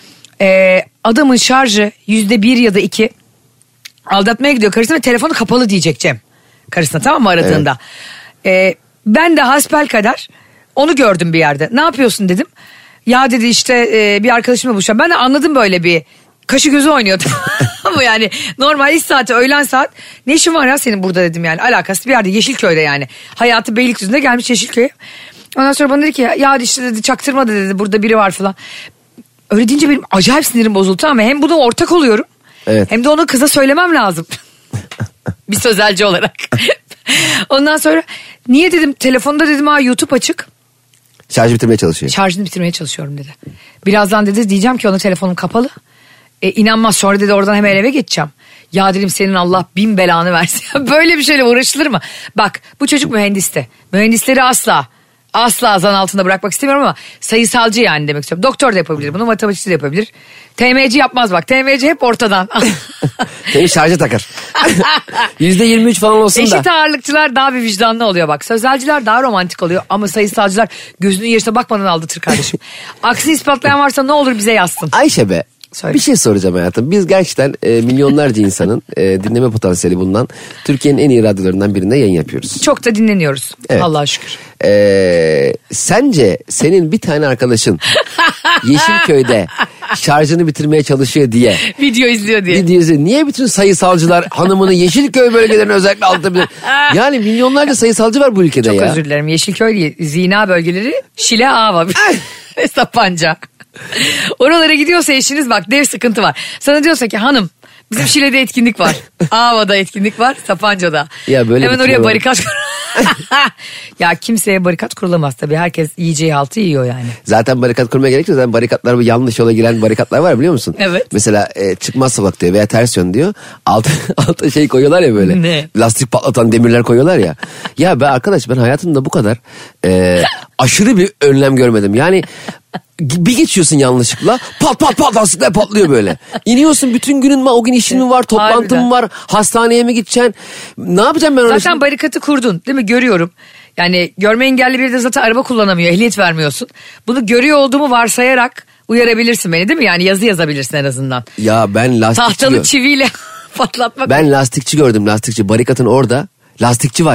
Adamın şarjı %1 ya da 2. Aldatmaya gidiyor karısına ve telefonu kapalı diyecek Cem. Karısına, tamam mı, aradığında. Evet. Ben de hasbelkader onu gördüm bir yerde. Ne yapıyorsun dedim. Ya dedi işte bir arkadaşımla buluşacağım. Ben de anladım, böyle bir kaşı gözü oynuyor. Ama yani normal iş saati, öğlen saat. Ne işin var ya senin burada dedim yani. Alakasız bir yerde, Yeşilköy'de yani. Hayatı Beylikdüzü'nde gelmiş Yeşilköy'e. Ondan sonra bana dedi ki ya işte dedi çaktırma dedi, burada biri var falan. Öyle deyince benim acayip sinirim bozuldu ama hem buna ortak oluyorum. Evet. Hem de onu kıza söylemem lazım. Bir sözelci olarak. Ondan sonra niye dedim, telefonda dedim YouTube açık. Şarjı bitirmeye çalışıyor. Şarjını bitirmeye çalışıyorum dedi. Birazdan dedi diyeceğim ki ona telefonum kapalı. İnanmaz, sonra dedi oradan hemen eve geçeceğim. Ya dedim senin Allah bin belanı versin. Böyle bir şeyle uğraşılır mı? Bak bu çocuk mühendisti. Mühendisleri asla zan altında bırakmak istemiyorum ama sayısalcı yani demek istiyorum. Doktor da yapabilir bunu, matematikçi de yapabilir. TMC yapmaz bak. TMC hep ortadan. Seni şarja takar. %23 falan olsun da. Eşit ağırlıkçılar daha bir vicdanlı oluyor bak. Sözelciler daha romantik oluyor ama sayısalcılar gözünün yaşına bakmadan aldatır kardeşim. Aksini ispatlayan varsa ne olur bize yazsın. Ayşe be. Söyle. Bir şey soracağım hayatım. Biz gerçekten milyonlarca insanın dinleme potansiyeli bulunan Türkiye'nin en iyi radyolarından birinde yayın yapıyoruz. Çok da dinleniyoruz. Evet. Allah'a şükür. Sence senin bir tane arkadaşın Yeşilköy'de şarjını bitirmeye çalışıyor diye. Video izliyor diye. Niye bütün sayısalcılar hanımını Yeşilköy bölgelerine özellikle aldatabilir? Yani milyonlarca sayısalcı var bu ülkede Çok ya. Çok özür dilerim. Yeşilköy değil. Zina bölgeleri Şile Ava ve Sapanca. Oralara gidiyorsa eşiniz bak dev sıkıntı var. Sana diyorsa ki hanım bizim Şile'de etkinlik var. Ava'da etkinlik var, Sapanca'da. Ya böyle hemen oraya barikat Ya kimseye barikat kurulamaz tabii. Herkes yiyeceği haltı yiyor yani. Zaten barikat kurmaya gerek yok. Zaten barikatlar, bu yanlış yola giren barikatlar var biliyor musun? Evet. Mesela çıkmaz sokak diyor veya ters yön diyor. Alta şey koyuyorlar ya böyle. Ne? Lastik patlatan demirler koyuyorlar ya. Ya ben arkadaş, ben hayatımda bu kadar aşırı bir önlem görmedim. Yani bir geçiyorsun yanlışlıkla pat lastikler patlıyor böyle. İniyorsun, bütün günün o gün işin mi var, toplantın mı var, hastaneye mi gideceksin? Ne yapacağım ben orada? Zaten barikatı kurdun değil mi? Görüyorum. Yani görme engelli biri de zaten araba kullanamıyor, ehliyet vermiyorsun. Bunu görüyor olduğumu varsayarak uyarabilirsin beni değil mi? Yani yazı yazabilirsin en azından. Ya ben lastikçi... Tahtalı çiviyle patlatmak. Ben lastikçi gördüm, lastikçi. Barikatın orada lastikçi var ya.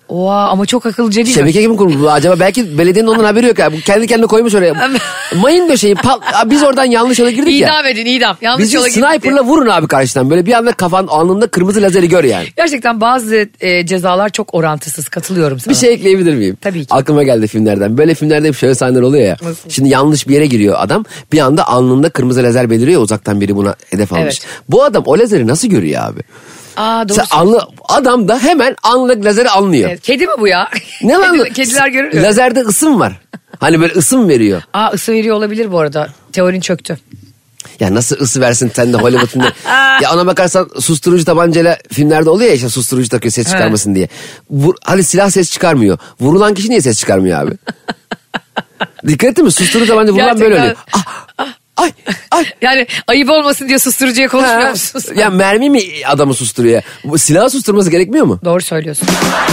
Oha ama çok akıllıca değil mi? Şebeke kim kurmuş? Acaba belki belediyenin onun haberi yok ya. Bu kendi kendine koymuş oraya. Mayın döşeyi. Biz oradan yanlış yola girdik ya. İdam edin idam. Yanlış bizi yola girdik. sniper'la vurun abi karşıdan. Böyle bir anda kafan alnında kırmızı lazeri gör yani. Gerçekten bazı cezalar çok orantısız. Katılıyorum sana. Bir şey ekleyebilir miyim? Tabii ki. Aklıma geldi filmlerden. Böyle filmlerde hep şöyle sahneler oluyor ya. Nasıl? Şimdi yanlış bir yere giriyor adam. Bir anda alnında kırmızı lazer beliriyor. Uzaktan biri buna hedef almış. Evet. Bu adam o lazeri nasıl görüyor abi? Doğru. Adam da hemen anlık lazeri anlıyor. Evet, kedi mi bu ya? Ne lan? Kediler görüyor. Lazerde ısım var. Hani böyle ısım veriyor. Isı veriyor olabilir bu arada. Teorin çöktü. Ya nasıl ısı versin sen de Hollywood'un ya ona bakarsan susturucu tabancayla filmlerde oluyor ya işte susturucu takıyor ses çıkarmasın diye. Hadi silah ses çıkarmıyor. Vurulan kişi niye ses çıkarmıyor abi? Dikkat ettin mi? Susturucu tabanca vurulan böyle oluyor. Ay. Yani ayıp olmasın diye susturucuya konuşmuyor musunuz? Ya mermi mi adamı susturuyor? Bu silahı susturması gerekmiyor mu? Doğru söylüyorsun.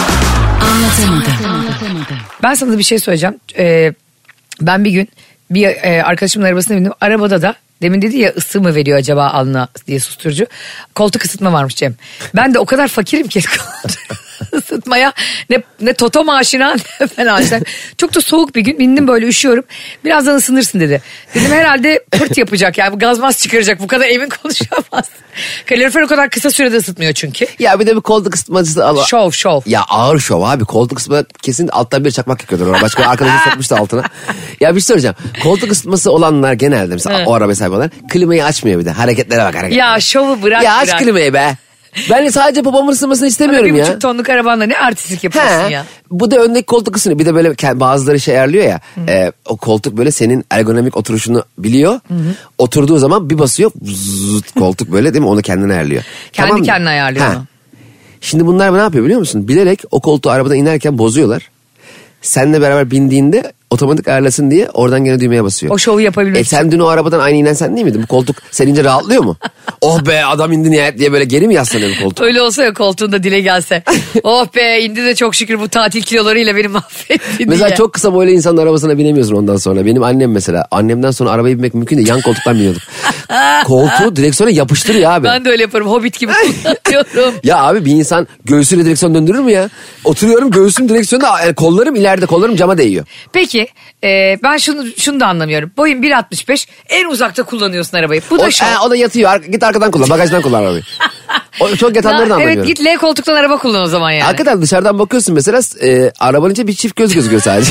Ben sana bir şey söyleyeceğim. Ben bir gün bir arkadaşımın arabasına bindim. Arabada da demin dedi ya ısı mı veriyor acaba alnına diye susturucu. Koltuk ısıtma varmış Cem. Ben de o kadar fakirim ki ısıtmaya ne toto maaşına ne ben aşina. Çok da soğuk bir gün bindim böyle üşüyorum. Birazdan ısınırsın dedi. Dedim herhalde pırt yapacak yani bu gazmaz çıkaracak bu kadar emin konuşamaz. Kalorifer o kadar kısa sürede ısıtmıyor çünkü. Ya bir de bir koltuk ısıtmacısı al. Şov. Ya ağır şov abi. Koltuk ısıtma kesin alttan bir çakmak yakıyordur. Ona başka arkadaşı sokmuştu altına. Ya bir şey soracağım. Koltuk ısıtması olanlar genelde mesela o araba sahibi olanlar klimayı açmıyor bir de. Hareketlere bak hareketlere. Ya şovu bırak. Ya aç klimayı be. Ben de sadece babamın ısınmasını istemiyorum ya. 1,5 tonluk arabanla ne artistik yapıyorsun ya. Bu da öndeki koltuk ısınıyor. Bir de böyle bazıları şey ayarlıyor ya. O koltuk böyle senin ergonomik oturuşunu biliyor. Oturduğu zaman bir basıyor. Koltuk böyle değil mi? Onu kendine ayarlıyor. Kendine ayarlıyor onu. Şimdi bunlar ne yapıyor biliyor musun? Bilerek o koltuğu arabadan inerken bozuyorlar. Seninle beraber bindiğinde otomatik ayarlasın diye oradan gene düğmeye basıyor. O şovu yapabilmek için. Sen dün o arabadan aynı inen sen değil miydin? Bu koltuk senince rahatlıyor mu? Oh be adam indi nihayet diye böyle geri mi yaslanıyor bu koltuk? Öyle olsa ya koltuğunda dile gelse. Oh be indi de çok şükür bu tatil kilolarıyla beni mahvetti diye. Mesela çok kısa boylu insanın arabasına binemiyorsun ondan sonra. Benim annem mesela. Annemden sonra arabaya binmek mümkün değil. Yan koltuktan biniyorduk. Koltuğu direksiyona yapıştırıyor abi. Ben de öyle yaparım. Hobbit gibi kullanıyorum. Ya abi bir insan göğsüyle direksiyon döndürür mü ya? Oturuyorum göğsüm direksiyonda yani kollarım ileride kollarım cama değiyor. Peki ben şunu da anlamıyorum. Boyun 1,65 en uzakta kullanıyorsun arabayı. Bu da şu. O da yatıyor. Git arkadan kullan. Bagajdan kullan arabayı. O çok yatanları da anlamıyorum. Evet git L koltuktan araba kullan o zaman yani. Hakikaten dışarıdan bakıyorsun mesela arabanın içinde bir çift göz gözüküyor sadece.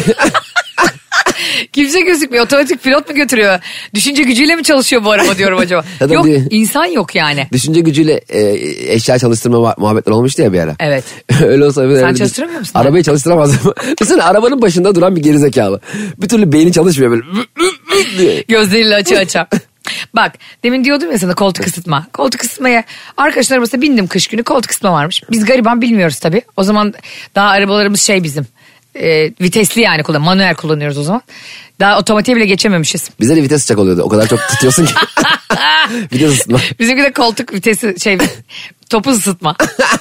Kimse gözükmüyor. Otomatik pilot mu götürüyor? Düşünce gücüyle mi çalışıyor bu araba diyorum acaba? Yok insan yok yani. Düşünce gücüyle eşya çalıştırma muhabbetler olmuştu ya bir ara. Evet. Öyle olsa. Sen çalıştıramıyor musun? Arabayı çalıştıramazdım. Mesela arabanın başında duran bir gerizekalı. Bir türlü beyni çalışmıyor böyle. Gözleriyle açı. Bak demin diyordum ya sana koltuk ısıtma. Koltuk ısıtmaya arkadaşlar arabasına bindim kış günü koltuk ısıtma varmış. Biz gariban bilmiyoruz tabii. O zaman daha arabalarımız bizim. Vitesli yani manuel kullanıyoruz o zaman. Daha otomatiğe bile geçememişiz. Bize de vites sıcak oluyordu. O kadar çok tutuyorsun ki. Vites ısıtma. Bizimki de koltuk vitesi topuz ısıtma.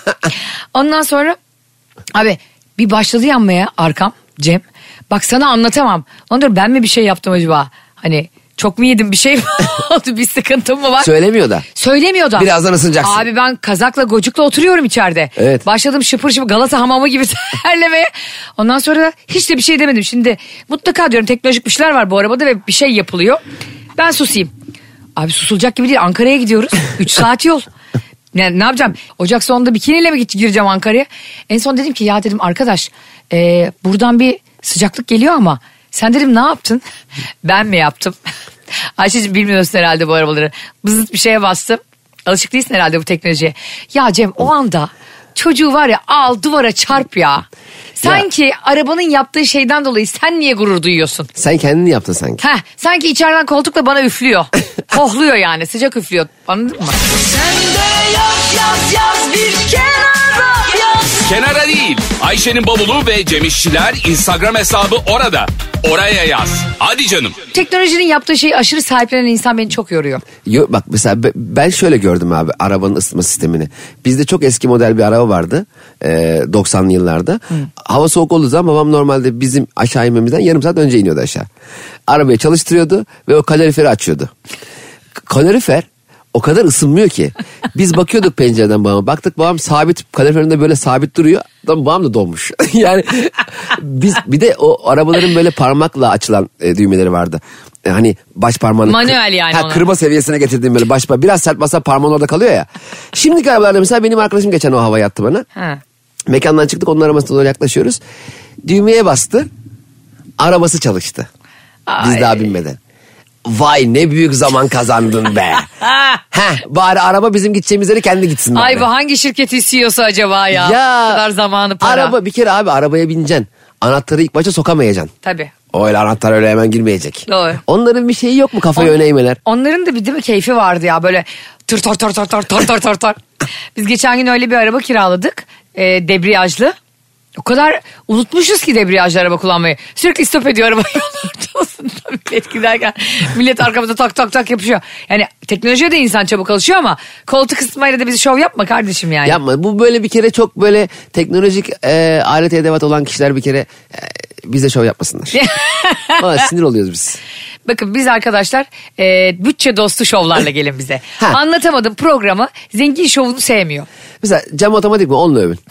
Ondan sonra abi bir başladı yanmaya arkam Cem. Bak sana anlatamam. Ondan ben mi bir şey yaptım acaba? Hani çok mu yedim bir şey mi oldu bir sıkıntım mı var? Söylemiyor da. Birazdan ısınacaksın. Abi ben kazakla gocukla oturuyorum içeride. Evet. Başladım şıpır şıpır Galata hamamı gibi terlemeye. Ondan sonra da hiç de bir şey demedim. Şimdi mutlaka diyorum teknolojik bir şeyler var bu arabada ve bir şey yapılıyor. Ben susayım. Abi susulacak gibi değil Ankara'ya gidiyoruz. 3 saat yol. Yani ne yapacağım? Ocak sonunda bikiniyle mi gireceğim Ankara'ya? En son dedim ki ya dedim arkadaş buradan bir sıcaklık geliyor ama sen dedim ne yaptın? Ben mi yaptım? Ayşe'cim bilmiyorsun herhalde bu arabaları. Bızıt bir şeye bastım. Alışık değilsin herhalde bu teknolojiye. Ya Cem o anda çocuğu var ya al duvara çarp ya. Sanki arabanın yaptığı şeyden dolayı sen niye gurur duyuyorsun? Sen kendini yaptın sanki. Sanki içeriden koltukla bana üflüyor. Kohluyor yani sıcak üflüyor. Anladın mı? Sen de yaz bir kenara yaz. Kenara değil. Ayşe'nin bavulu ve Cem İşçiler Instagram hesabı orada. Oraya yaz. Hadi canım. Teknolojinin yaptığı şeyi aşırı sahiplenen insan beni çok yoruyor. Bak mesela ben şöyle gördüm abi arabanın ısıtma sistemini. Bizde çok eski model bir araba vardı 90'lı yıllarda. Hava soğuk olduğu zaman babam normalde bizim aşağı inmemizden yarım saat önce iniyordu aşağı. Arabayı çalıştırıyordu ve o kaloriferi açıyordu. Kalorifer o kadar ısınmıyor ki. Biz bakıyorduk pencereden babama. Baktık babam sabit, kaloriferinde böyle sabit duruyor. Babam da donmuş. Yani biz bir de o arabaların böyle parmakla açılan düğmeleri vardı. Hani baş parmağını... Manuel yani kırma seviyesine getirdiğim böyle baş parmağı. Biraz sert basa parmağın orada kalıyor ya. Şimdiki arabalarda mesela benim arkadaşım geçen o havayı attı bana. Ha. Mekandan çıktık, onun arabasına doğru yaklaşıyoruz. Düğmeye bastı. Arabası çalıştı. Biz daha binmeden. Vay ne büyük zaman kazandın be. Bari araba bizim gideceğimiz yere kendi gitsin. Ay bu hangi şirketi CEO'su acaba ya? Bu kadar zamanı para. Araba bir kere abi, arabaya bineceksin. Anahtarı ilk başta sokamayacaksın. Tabii. Öyle anahtar öyle hemen girmeyecek. Doğru. Onların bir şeyi yok mu, kafayı öne eğmeler? Onların da bir değil mi keyfi vardı ya, böyle tır tor tor tor tor tor tor tor tor. Biz geçen gün öyle bir araba kiraladık. Debriyajlı. O kadar unutmuşuz ki debriyajlı araba kullanmayı. Sürekli stop ediyor araba yolun ortasında millet giderken. Millet arkamızda tak tak tak yapışıyor. Yani teknolojiye de insan çabuk alışıyor ama koltuk ısıtmayla da bizi şov yapma kardeşim yani. Yapma. Bu böyle bir kere çok böyle teknolojik alet edevat olan kişiler bir kere bize şov yapmasınlar. Vallahi sinir oluyoruz biz. Bakın biz arkadaşlar bütçe dostu şovlarla gelin bize. Anlatamadım programı, zengin şovunu sevmiyor. Mesela cam otomatik mi? Onunla övün.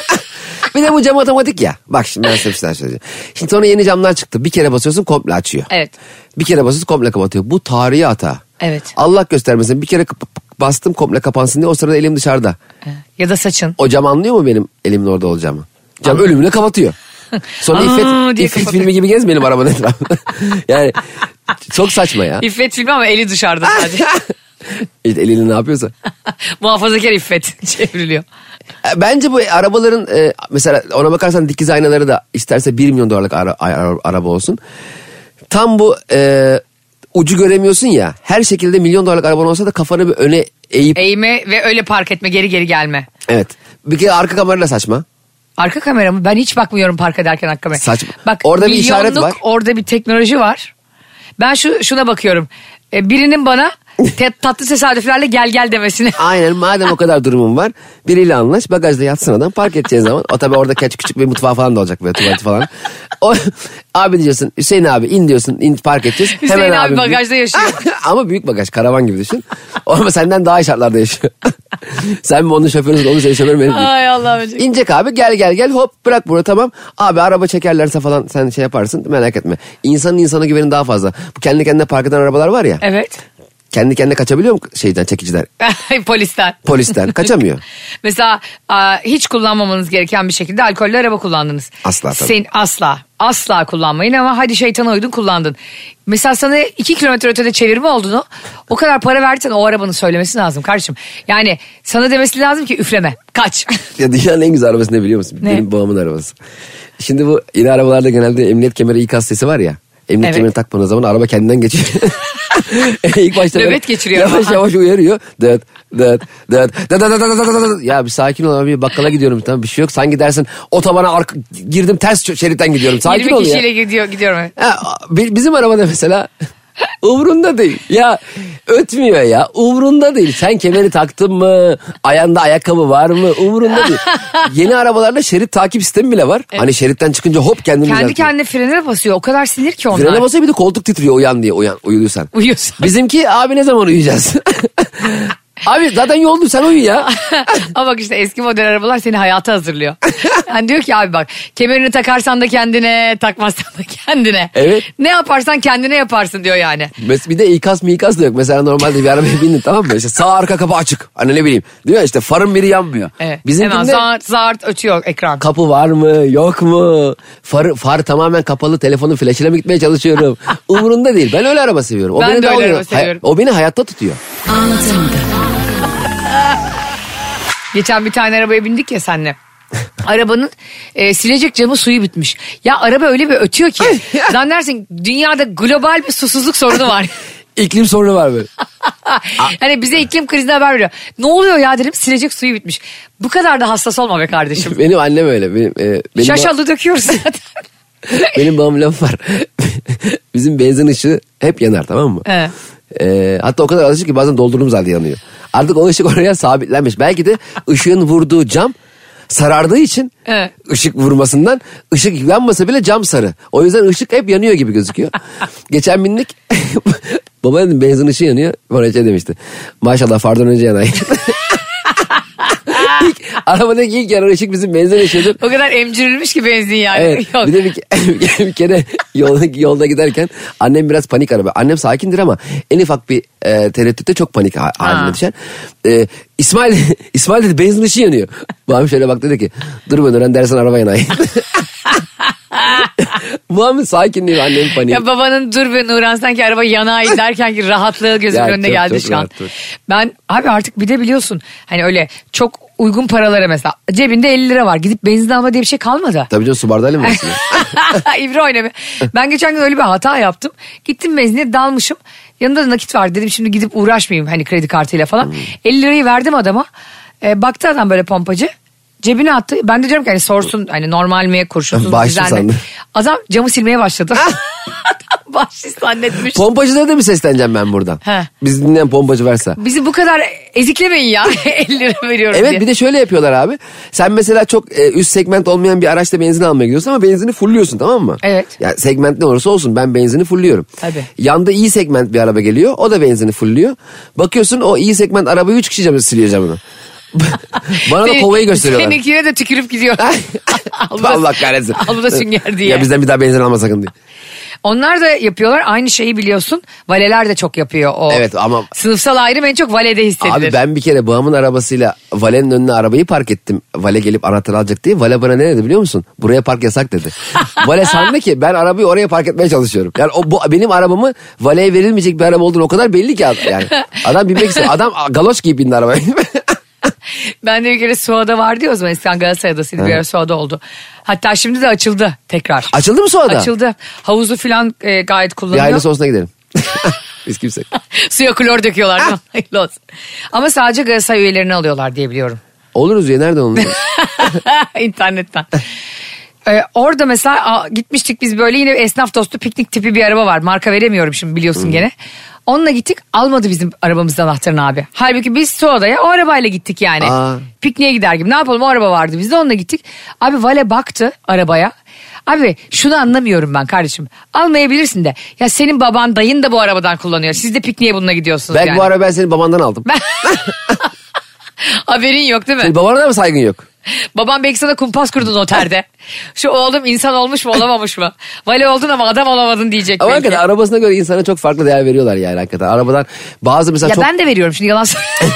Bir de bu cam otomatik ya. Bak şimdi ben size bir şey söyleyeceğim. Şimdi sonra yeni camlar çıktı. Bir kere basıyorsun komple açıyor. Evet. Bir kere basıyorsun komple kapatıyor. Bu tarihi hata. Evet. Allah göstermesin, bir kere bastım komple kapansın diye, o sırada elim dışarıda. Ya da saçın. O cam anlıyor mu benim elimin orada olacağımı? Cam ölümüne kapatıyor. Sonra İffet filmi gibi gezmeyelim arabanın etrafında. Yani çok saçma ya. İffet filmi ama eli dışarıda sadece. İşte eliyle ne yapıyorsa. Muhafazakar İffet çevriliyor. Bence bu arabaların mesela ona bakarsan dikiz aynaları da isterse 1 milyon dolarlık araba olsun. Tam bu ucu göremiyorsun ya, her şekilde milyon dolarlık araban olsa da kafanı bir öne eğme ve öyle park etme, geri geri gelme. Evet. Bir kere arka kamera da saçma. Arka kamera mı? Ben hiç bakmıyorum park ederken arka kamera. Saçma. Bak, orada bir işaret var. Orada bir teknoloji var. Ben şuna bakıyorum. Birinin bana tatlı tesadüflerle gel demesine. Aynen, madem o kadar durumum var, biriyle anlaş, bagajda yatsın adam, park edeceğin zaman. O tabii orada küçük bir mutfağı falan da olacak, böyle tuvaleti falan. Abi diyeceksin, Hüseyin abi in diyorsun, in park edeceğiz. Hüseyin hemen abi bagajda yaşıyor. Ama büyük bagaj, karavan gibi düşün. Ama senden daha iyi şartlarda yaşıyor. Sen mi onun şoförüsün, onun senin şoförün benim. Ay Allah'ım. İnecek abi, gel hop bırak bunu, tamam. Abi araba çekerlerse falan sen şey yaparsın, merak etme. İnsanın insana güveni daha fazla. Bu kendi kendine park eden arabalar var ya. Evet. Kendi kendine kaçabiliyor mu çekiciler? Polisten kaçamıyor. Mesela hiç kullanmamanız gereken bir şekilde alkollü araba kullandınız. Asla tabii. Asla kullanmayın ama hadi şeytana uydun kullandın. Mesela sana 2 kilometre ötede çevirme olduğunu, o kadar para verdiysen o arabanın söylemesi lazım kardeşim. Yani sana demesi lazım ki üfleme, kaç. Ya dünyanın en güzel arabası ne biliyor musun? Ne? Benim babamın arabası. Şimdi bu yeni arabalarda genelde emniyet kemeri ikaz sesi var ya. Emniyet kemerini takmadığın zaman araba kendinden geçiyor. İlk başta nöbet geçiriyor. Yavaş uyarıyor. Dıt. Ya bir sakin ol abi, bakkala gidiyorum, tamam bir şey yok. Sen gidersin otobana girdim, ters şeritten gidiyorum. Sakin ol ya. 20 kişiyle gidiyorum. Bizim arabada mesela umrunda değil. Ya ötmüyor ya. Umrunda değil. Sen kemeri taktın mı? Ayağında ayakkabı var mı? Umrunda değil. Yeni arabalarda şerit takip sistemi bile var. Evet. Hani şeritten çıkınca hop kendi kendine frene basıyor. O kadar sinir ki onlar. Frene basıyor, bir de koltuk titriyor uyan diye, uyuyorsan. Bizimki abi ne zaman uyuyacağız? Abi zaten yoldu, sen uyu ya. Ama bak işte eski model arabalar seni hayata hazırlıyor. Yani diyor ki abi bak, kemerini takarsan da kendine, takmazsan da kendine. Evet. Ne yaparsan kendine yaparsın diyor yani. Bir de ikaz da yok. Mesela normalde bir arabaya bindin, tamam mı? İşte sağ arka kapı açık. Hani ne bileyim. Diyor ya işte farın biri yanmıyor. Evet. Hemen zart ötüyor ekran. Kapı var mı yok mu? Far tamamen kapalı, telefonun flaşıyla mı gitmeye çalışıyorum? Umurunda değil. Ben öyle araba seviyorum. Ben de öyle araba seviyorum. O beni hayatta tutuyor. Anlatamadım. Geçen bir tane arabaya bindik ya senle. Arabanın silecek camı suyu bitmiş. Ya araba öyle bir ötüyor ki. Zannedersin dünyada global bir susuzluk sorunu var. İklim sorunu var böyle. Hani bize iklim krizine haber veriyor. Ne oluyor ya dedim, silecek suyu bitmiş. Bu kadar da hassas olma be kardeşim. Benim annem öyle. Benim şaşalı döküyoruz zaten. Benim babamın lafı var. Bizim benzin ışığı hep yanar, tamam mı? Evet. Hatta o kadar alışık ki bazen doldurduğumuz halde yanıyor. Artık o ışık oraya sabitlenmiş. Belki de ışığın vurduğu cam sarardığı için, evet, ışık vurmasından ışık yanmasa bile cam sarı. O yüzden ışık hep yanıyor gibi gözüküyor. Geçen bindik Baba dedim benzin ışığı yanıyor. Bana şey demişti. Maşallah fardan önce yanayım. Arabadaki ilk yanan ışık bizim benzin ışığıdır. O kadar emcirilmiş ki benzin yani. Evet. Yok. Bir de bir kere yolda giderken annem biraz panik araba. Annem sakindir ama en ufak bir tereddütte çok panik haline düşer. İsmail dedi benzin ışığı yanıyor. Babam şöyle bak dedi ki dur ben öğren dersen araba yanayım. Babamın sakinliği annemin paniği. Ya babanın dur be Nurhan sanki araba yanağı derken ki rahatlığı gözümün önüne geldi şu an. Ben abi artık bir de biliyorsun hani öyle çok uygun paralara mesela cebinde 50 lira var gidip benzin alma diye bir şey kalmadı. Tabii canım su bardağıyla mı varsın? İbra oynama. Ben geçen gün öyle bir hata yaptım. Gittim benzinliğe dalmışım. Yanında da nakit vardı dedim şimdi gidip uğraşmayayım hani kredi kartıyla falan. 50 lirayı verdim adama. Baktı adam böyle pompacı. Cebine attı. Ben de diyorum ki hani sorsun hani normal mi kurşunsuz düzenli. Adam camı silmeye başladı. Bahşiş zannetmiş. Pompacılara da mı sesleneceğim ben buradan? He. Biz dinleyen pompacı varsa. Bizi bu kadar eziklemeyin ya. 50 lira veriyorum evet, diye. Bir de şöyle yapıyorlar abi. Sen mesela çok üst segment olmayan bir araçta benzin almaya gidiyorsun ama benzini fullüyorsun tamam mı? Evet. Yani segment ne olursa olsun ben benzini fullüyorum. Tabii. Yanda iyi segment bir araba geliyor. O da benzini fullüyor. Bakıyorsun o iyi segment arabayı 3 kişi siliyor camını. Bana da kovayı gösteriyorlar. Seninkine de tükürüp gidiyor. Allah kahretsin. Al bu da sünger diye. Ya bizden bir daha benzin alma sakın diye. Onlar da yapıyorlar. Aynı şeyi biliyorsun. Valeler de çok yapıyor o. Evet ama. Sınıfsal ayrım en çok valede hissedilir. Abi ben bir kere babamın arabasıyla valenin önüne arabayı park ettim. Vale gelip anahtarı alacak diye. Vale bana ne dedi biliyor musun? Buraya park yasak dedi. Vale sandı ki ben arabayı oraya park etmeye çalışıyorum. Yani benim arabamı valeye verilmeyecek bir araba olduğunu o kadar belli ki. Yani adam binmek istiyor. Adam galoş giyip bindi arabaya. Ben de bir kere Suada vardı ya o zaman eskiden Galatasaray'dasıydı bir ara Suada oldu. Hatta şimdi de açıldı tekrar. Açıldı mı Suada? Açıldı. Havuzu falan gayet kullanılıyor. Bir hayırlısı olsuna gidelim. Biz kimse. Suya klor döküyorlar. Hayırlı olsun. Ama sadece Galatasaray üyelerini alıyorlar diye biliyorum. Oluruz ya nereden oluruz? İnternetten. Orada mesela gitmiştik biz böyle yine esnaf dostu piknik tipi bir araba var. Marka veremiyorum şimdi biliyorsun gene. Onunla gittik almadı bizim arabamızın anahtarını abi. Halbuki biz Suada'ya o arabayla gittik yani. Pikniğe gider gibi ne yapalım o araba vardı biz de onunla gittik. Abi vale baktı arabaya. Abi şunu anlamıyorum ben kardeşim. Almayabilirsin de. Ya senin baban dayın da bu arabadan kullanıyor. Siz de pikniğe bununla gidiyorsunuz Belki yani. bu arabayı ben senin babandan aldım. Haberin yok değil mi? Senin babana da mı saygın yok? Babam belki sana kumpas kurdu noterde. Şu oğlum insan olmuş mu olamamış mı? Vale oldun ama adam olamadın diyecek ama belki. hakikaten arabasına göre insana çok farklı değer veriyorlar yani hakikaten. Arabadan bazı mesela ya çok... ben de veriyorum şimdi yalan söylüyorum.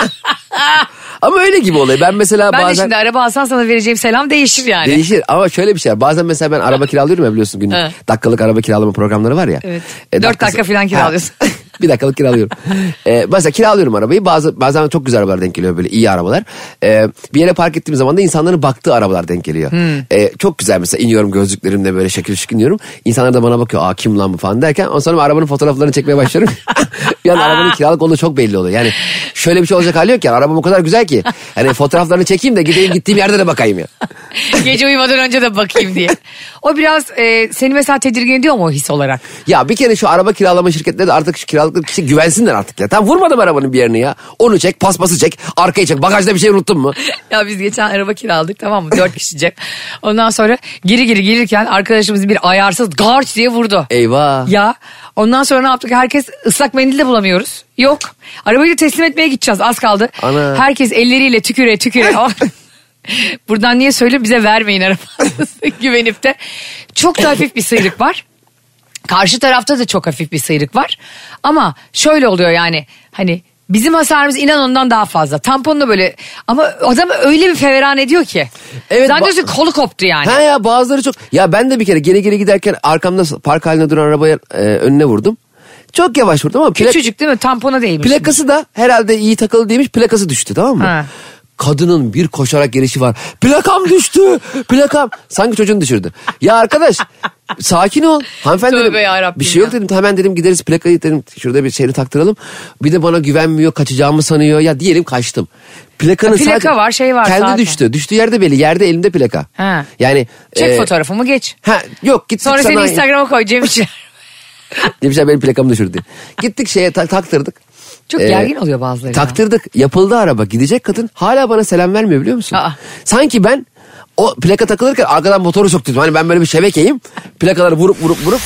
Ama öyle gibi oluyor. Ben mesela ben bazen... de şimdi araba alsan sana vereceğim selam değişir yani. Değişir ama şöyle bir şey var. Bazen mesela ben araba kiralıyorum ya biliyorsun günlük. Dakikalık araba kiralama programları var ya. Evet. 4 dakika falan kiralıyorsun. Bir dakikalık kiralıyorum. Mesela kiralıyorum arabayı. Bazen çok güzel arabalar denk geliyor böyle iyi arabalar. Bir yere park ettiğim zaman da insanların baktığı arabalar denk geliyor. Çok güzel mesela iniyorum gözlüklerimle böyle şekil şık iniyorum. İnsanlar da bana bakıyor kim lan bu falan derken ondan sonra arabanın fotoğraflarını çekmeye başlıyorum. Bir an arabanın kiralık olduğu çok belli oluyor. Yani şöyle bir şey olacak hali yok yani arabam o kadar güzel ki. Hani fotoğraflarını çekeyim de gittiğim yerde de bakayım ya. Gece uyumadan önce de bakayım diye. O biraz seni mesela tedirgin ediyor mu o his olarak? Ya bir kere şu araba kiralama şirketleri de artık şu kiralıklı kişi güvensinler artık ya. Tam vurmadım arabanın bir yerini ya. Onu çek, paspası çek, arkayı çek. Bagajda bir şey unuttun mu? Ya biz geçen araba kiraladık tamam mı? 4 kişice. Ondan sonra geri gelirken arkadaşımız bir ayarsız garç diye vurdu. Eyvah. Ya ondan sonra ne yaptık? Herkes ıslak mendil de bulamıyoruz. Yok. Arabayı da teslim etmeye gideceğiz. Az kaldı. Ana. Herkes elleriyle tüküre. Buradan niye söylüyorum? Bize vermeyin arabanızı güvenip de. Çok da hafif bir sıyrık var. Karşı tarafta da çok hafif bir sıyrık var. Ama şöyle oluyor yani hani bizim hasarımız inan ondan daha fazla. Tamponla böyle ama adam öyle bir feveran ediyor ki. Evet. Zannediyorsun kolu koptu yani. Ha ya bazıları çok. Ya ben de bir kere geri giderken arkamda park haline duran arabaya önüne vurdum. Çok yavaş vurdum ama. Küçücük değil mi? Tampona değmiş. Plakası da herhalde iyi takılı değilmiş plakası düştü tamam mı? Ha. Kadının bir koşarak gelişi var. Plakam düştü. Plakam. Sanki çocuğunu düşürdü. Ya arkadaş sakin ol. Hanımefendi dedim, bir şey yok dedim. Hemen dedim gideriz plakayı dedim. Şurada bir şeyini taktıralım. Bir de bana güvenmiyor kaçacağımı sanıyor. Ya diyelim kaçtım. Plakanın plaka var şey var kendi zaten. Düştü. Düştüğü yerde belli. Yerde elimde plaka. Ha. Yani. Çek fotoğrafımı geç. Yok gittik. Sonra seni Instagram'a koy Cem İşçiler. Cem İşçiler benim plakamı düşürdü. Gittik şeye taktırdık. Çok gergin oluyor bazıları. Taktırdık. Yapıldı araba. Gidecek kadın hala bana selam vermiyor biliyor musun? Aa. Sanki ben o plaka takılırken arkadan motoru soktum. Hani ben böyle bir şebekeyim. Plakaları vurup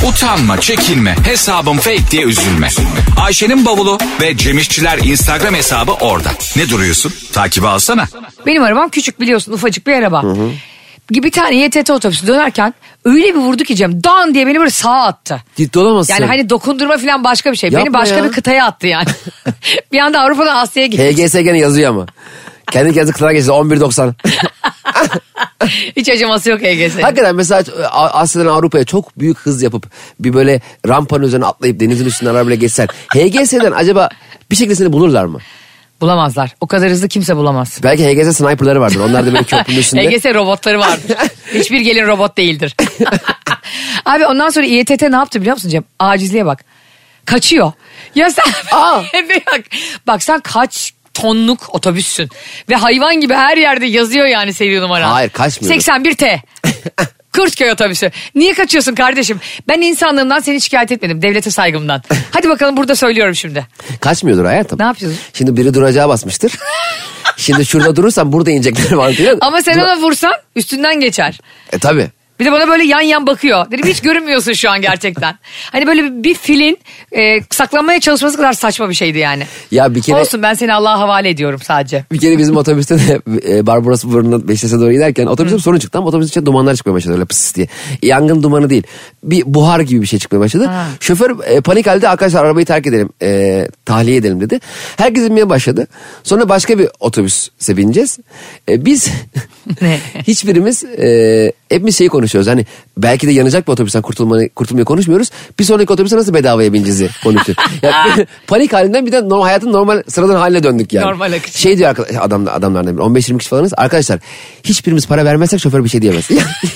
Utanma, çekinme, hesabım fake diye üzülme. Ayşe'nin bavulu ve Cemişçiler Instagram hesabı orada. Ne duruyorsun? Takibi alsana. Benim arabam küçük, biliyorsun, ufacık bir araba. Hı. Bir tane YTT otobüsü dönerken öyle bir vurdu ki Cem, dan diye beni böyle sağa attı. Ciddi olamazsın. Yani hani dokundurma falan başka bir şey. Yapma beni başka bir kıtaya attı yani. Bir anda Avrupa'dan Asya'ya gitti. HGS gene yazıyor ama. Kendi kendisi kıtaya geçti 11.90. Hiç acıması yok HGS. Hakikaten mesela Asya'dan Avrupa'ya çok büyük hız yapıp bir böyle rampanın üzerine atlayıp denizin üstünden arabayla geçsen HGS'den acaba bir şekilde seni bulurlar mı? Bulamazlar. O kadar hızlı kimse bulamaz. Belki HGS sniperları vardır. Onlar da böyle köprünün üstünde. HGS robotları vardır. Hiçbir gelin robot değildir. Abi ondan sonra İETT ne yaptı biliyor musun Cem? Acizliğe bak. Kaçıyor. Ya sen... Bak sen kaç tonluk otobüssün. Ve hayvan gibi her yerde yazıyor yani seri numaran. Hayır, kaçmıyor. 81T. Kurtköy otobüsü. Niye kaçıyorsun kardeşim? Ben insanlığımdan seni şikayet etmedim. Devlete saygımdan. Hadi bakalım, burada söylüyorum şimdi. Kaçmıyordur hayatım. Ne yapıyorsun? Şimdi biri duracağı basmıştır. Şimdi şurada durursan burada inecekler mantığıyla. Ama sen ona vursan üstünden geçer. Tabii. Bir de bana böyle yan yan bakıyor. Dedim hiç görünmüyorsun şu an gerçekten. Hani böyle bir filin saklanmaya çalışması kadar saçma bir şeydi yani. Ya bir kere... Olsun, ben seni Allah'a havale ediyorum sadece. Bir kere bizim otobüste de Barbaros Burnu'ndan Beşiktaş'a doğru giderken otobüste sorun çıktı ama otobüsün içinde dumanlar çıkmaya başladı öyle pıs diye. Yangın dumanı değil. Bir buhar gibi bir şey çıkmaya başladı. Ha. Şoför panik halde arkadaşlar arabayı terk edelim, tahliye edelim dedi. Herkes inmeye başladı. Sonra başka bir otobüse bineceğiz. Biz hiçbirimiz hepimiz şeyi konuşuyoruz. Hani belki de yanacak bir otobüsten kurtulmayı konuşmuyoruz. Bir sonraki otobüse nasıl bedavaya bineceğiz konuşuyoruz. Yani panik halinden bir de hayatın normal sıradan haline döndük yani. Normal akış. Şey diyor adamlardan 15-20 kişi falanız. Arkadaşlar hiçbirimiz para vermezsek şoför bir şey diyemez.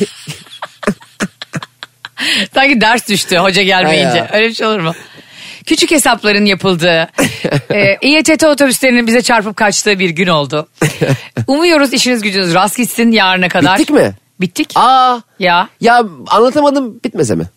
Sanki ders düştü hoca gelmeyince. Öyle bir şey olur mu? Küçük hesapların yapıldığı, İETT otobüslerinin bize çarpıp kaçtığı bir gün oldu. Umuyoruz işiniz gücünüz rast gitsin yarına kadar. Bittik mi? Bittik. Ya anlatamadım, bitmese mi?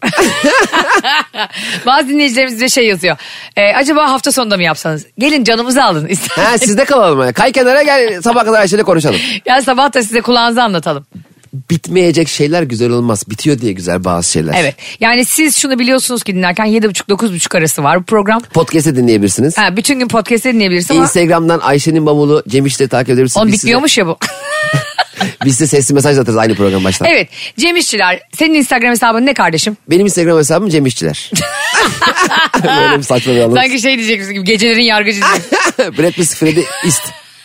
Bazı dinleyicilerimiz bize şey yazıyor. Acaba hafta sonunda mı yapsanız? Gelin canımızı alın. Sizde kalalım. Kay kenara gel, sabah kadar Ayşe'yle konuşalım. Gel sabah da size kulağınızı anlatalım. Bitmeyecek şeyler güzel olmaz. Bitiyor diye güzel bazı şeyler. Evet. Yani siz şunu biliyorsunuz ki dinlerken 7.30-9.30 arası var bu program. Podcast'e dinleyebilirsiniz. Bütün gün podcast'e dinleyebilirsiniz ama... Instagram'dan Ayşe'nin bavulu Cemiş'te takip edebilirsiniz. On bitmiyormuş ya bu. Biz size sesli mesaj atarız aynı program baştan. Evet. Cemişçiler. Senin Instagram hesabın ne kardeşim? Benim Instagram hesabım Cemişçiler. Böyle bir saçma bir anlam. Sanki şey diyeceksin gibi, gecelerin yargıcı diyeceksin. Brad Pitt Freddy ist.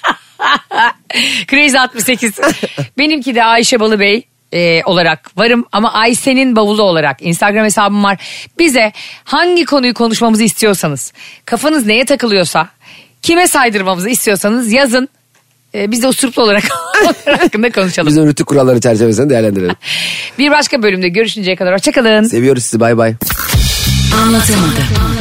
Crazy 68. Benimki de Ayşe Balıbey olarak varım ama Ayşe'nin bavulu olarak Instagram hesabım var. Bize hangi konuyu konuşmamızı istiyorsanız, kafanız neye takılıyorsa, kime saydırmamızı istiyorsanız yazın. Biz de usuruplu olarak hakkında konuşalım. Biz de rütük kuralları çerçevesinde değerlendirelim. Bir başka bölümde görüşünceye kadar hoşçakalın. Seviyoruz sizi, bay bay. Anlatamadım.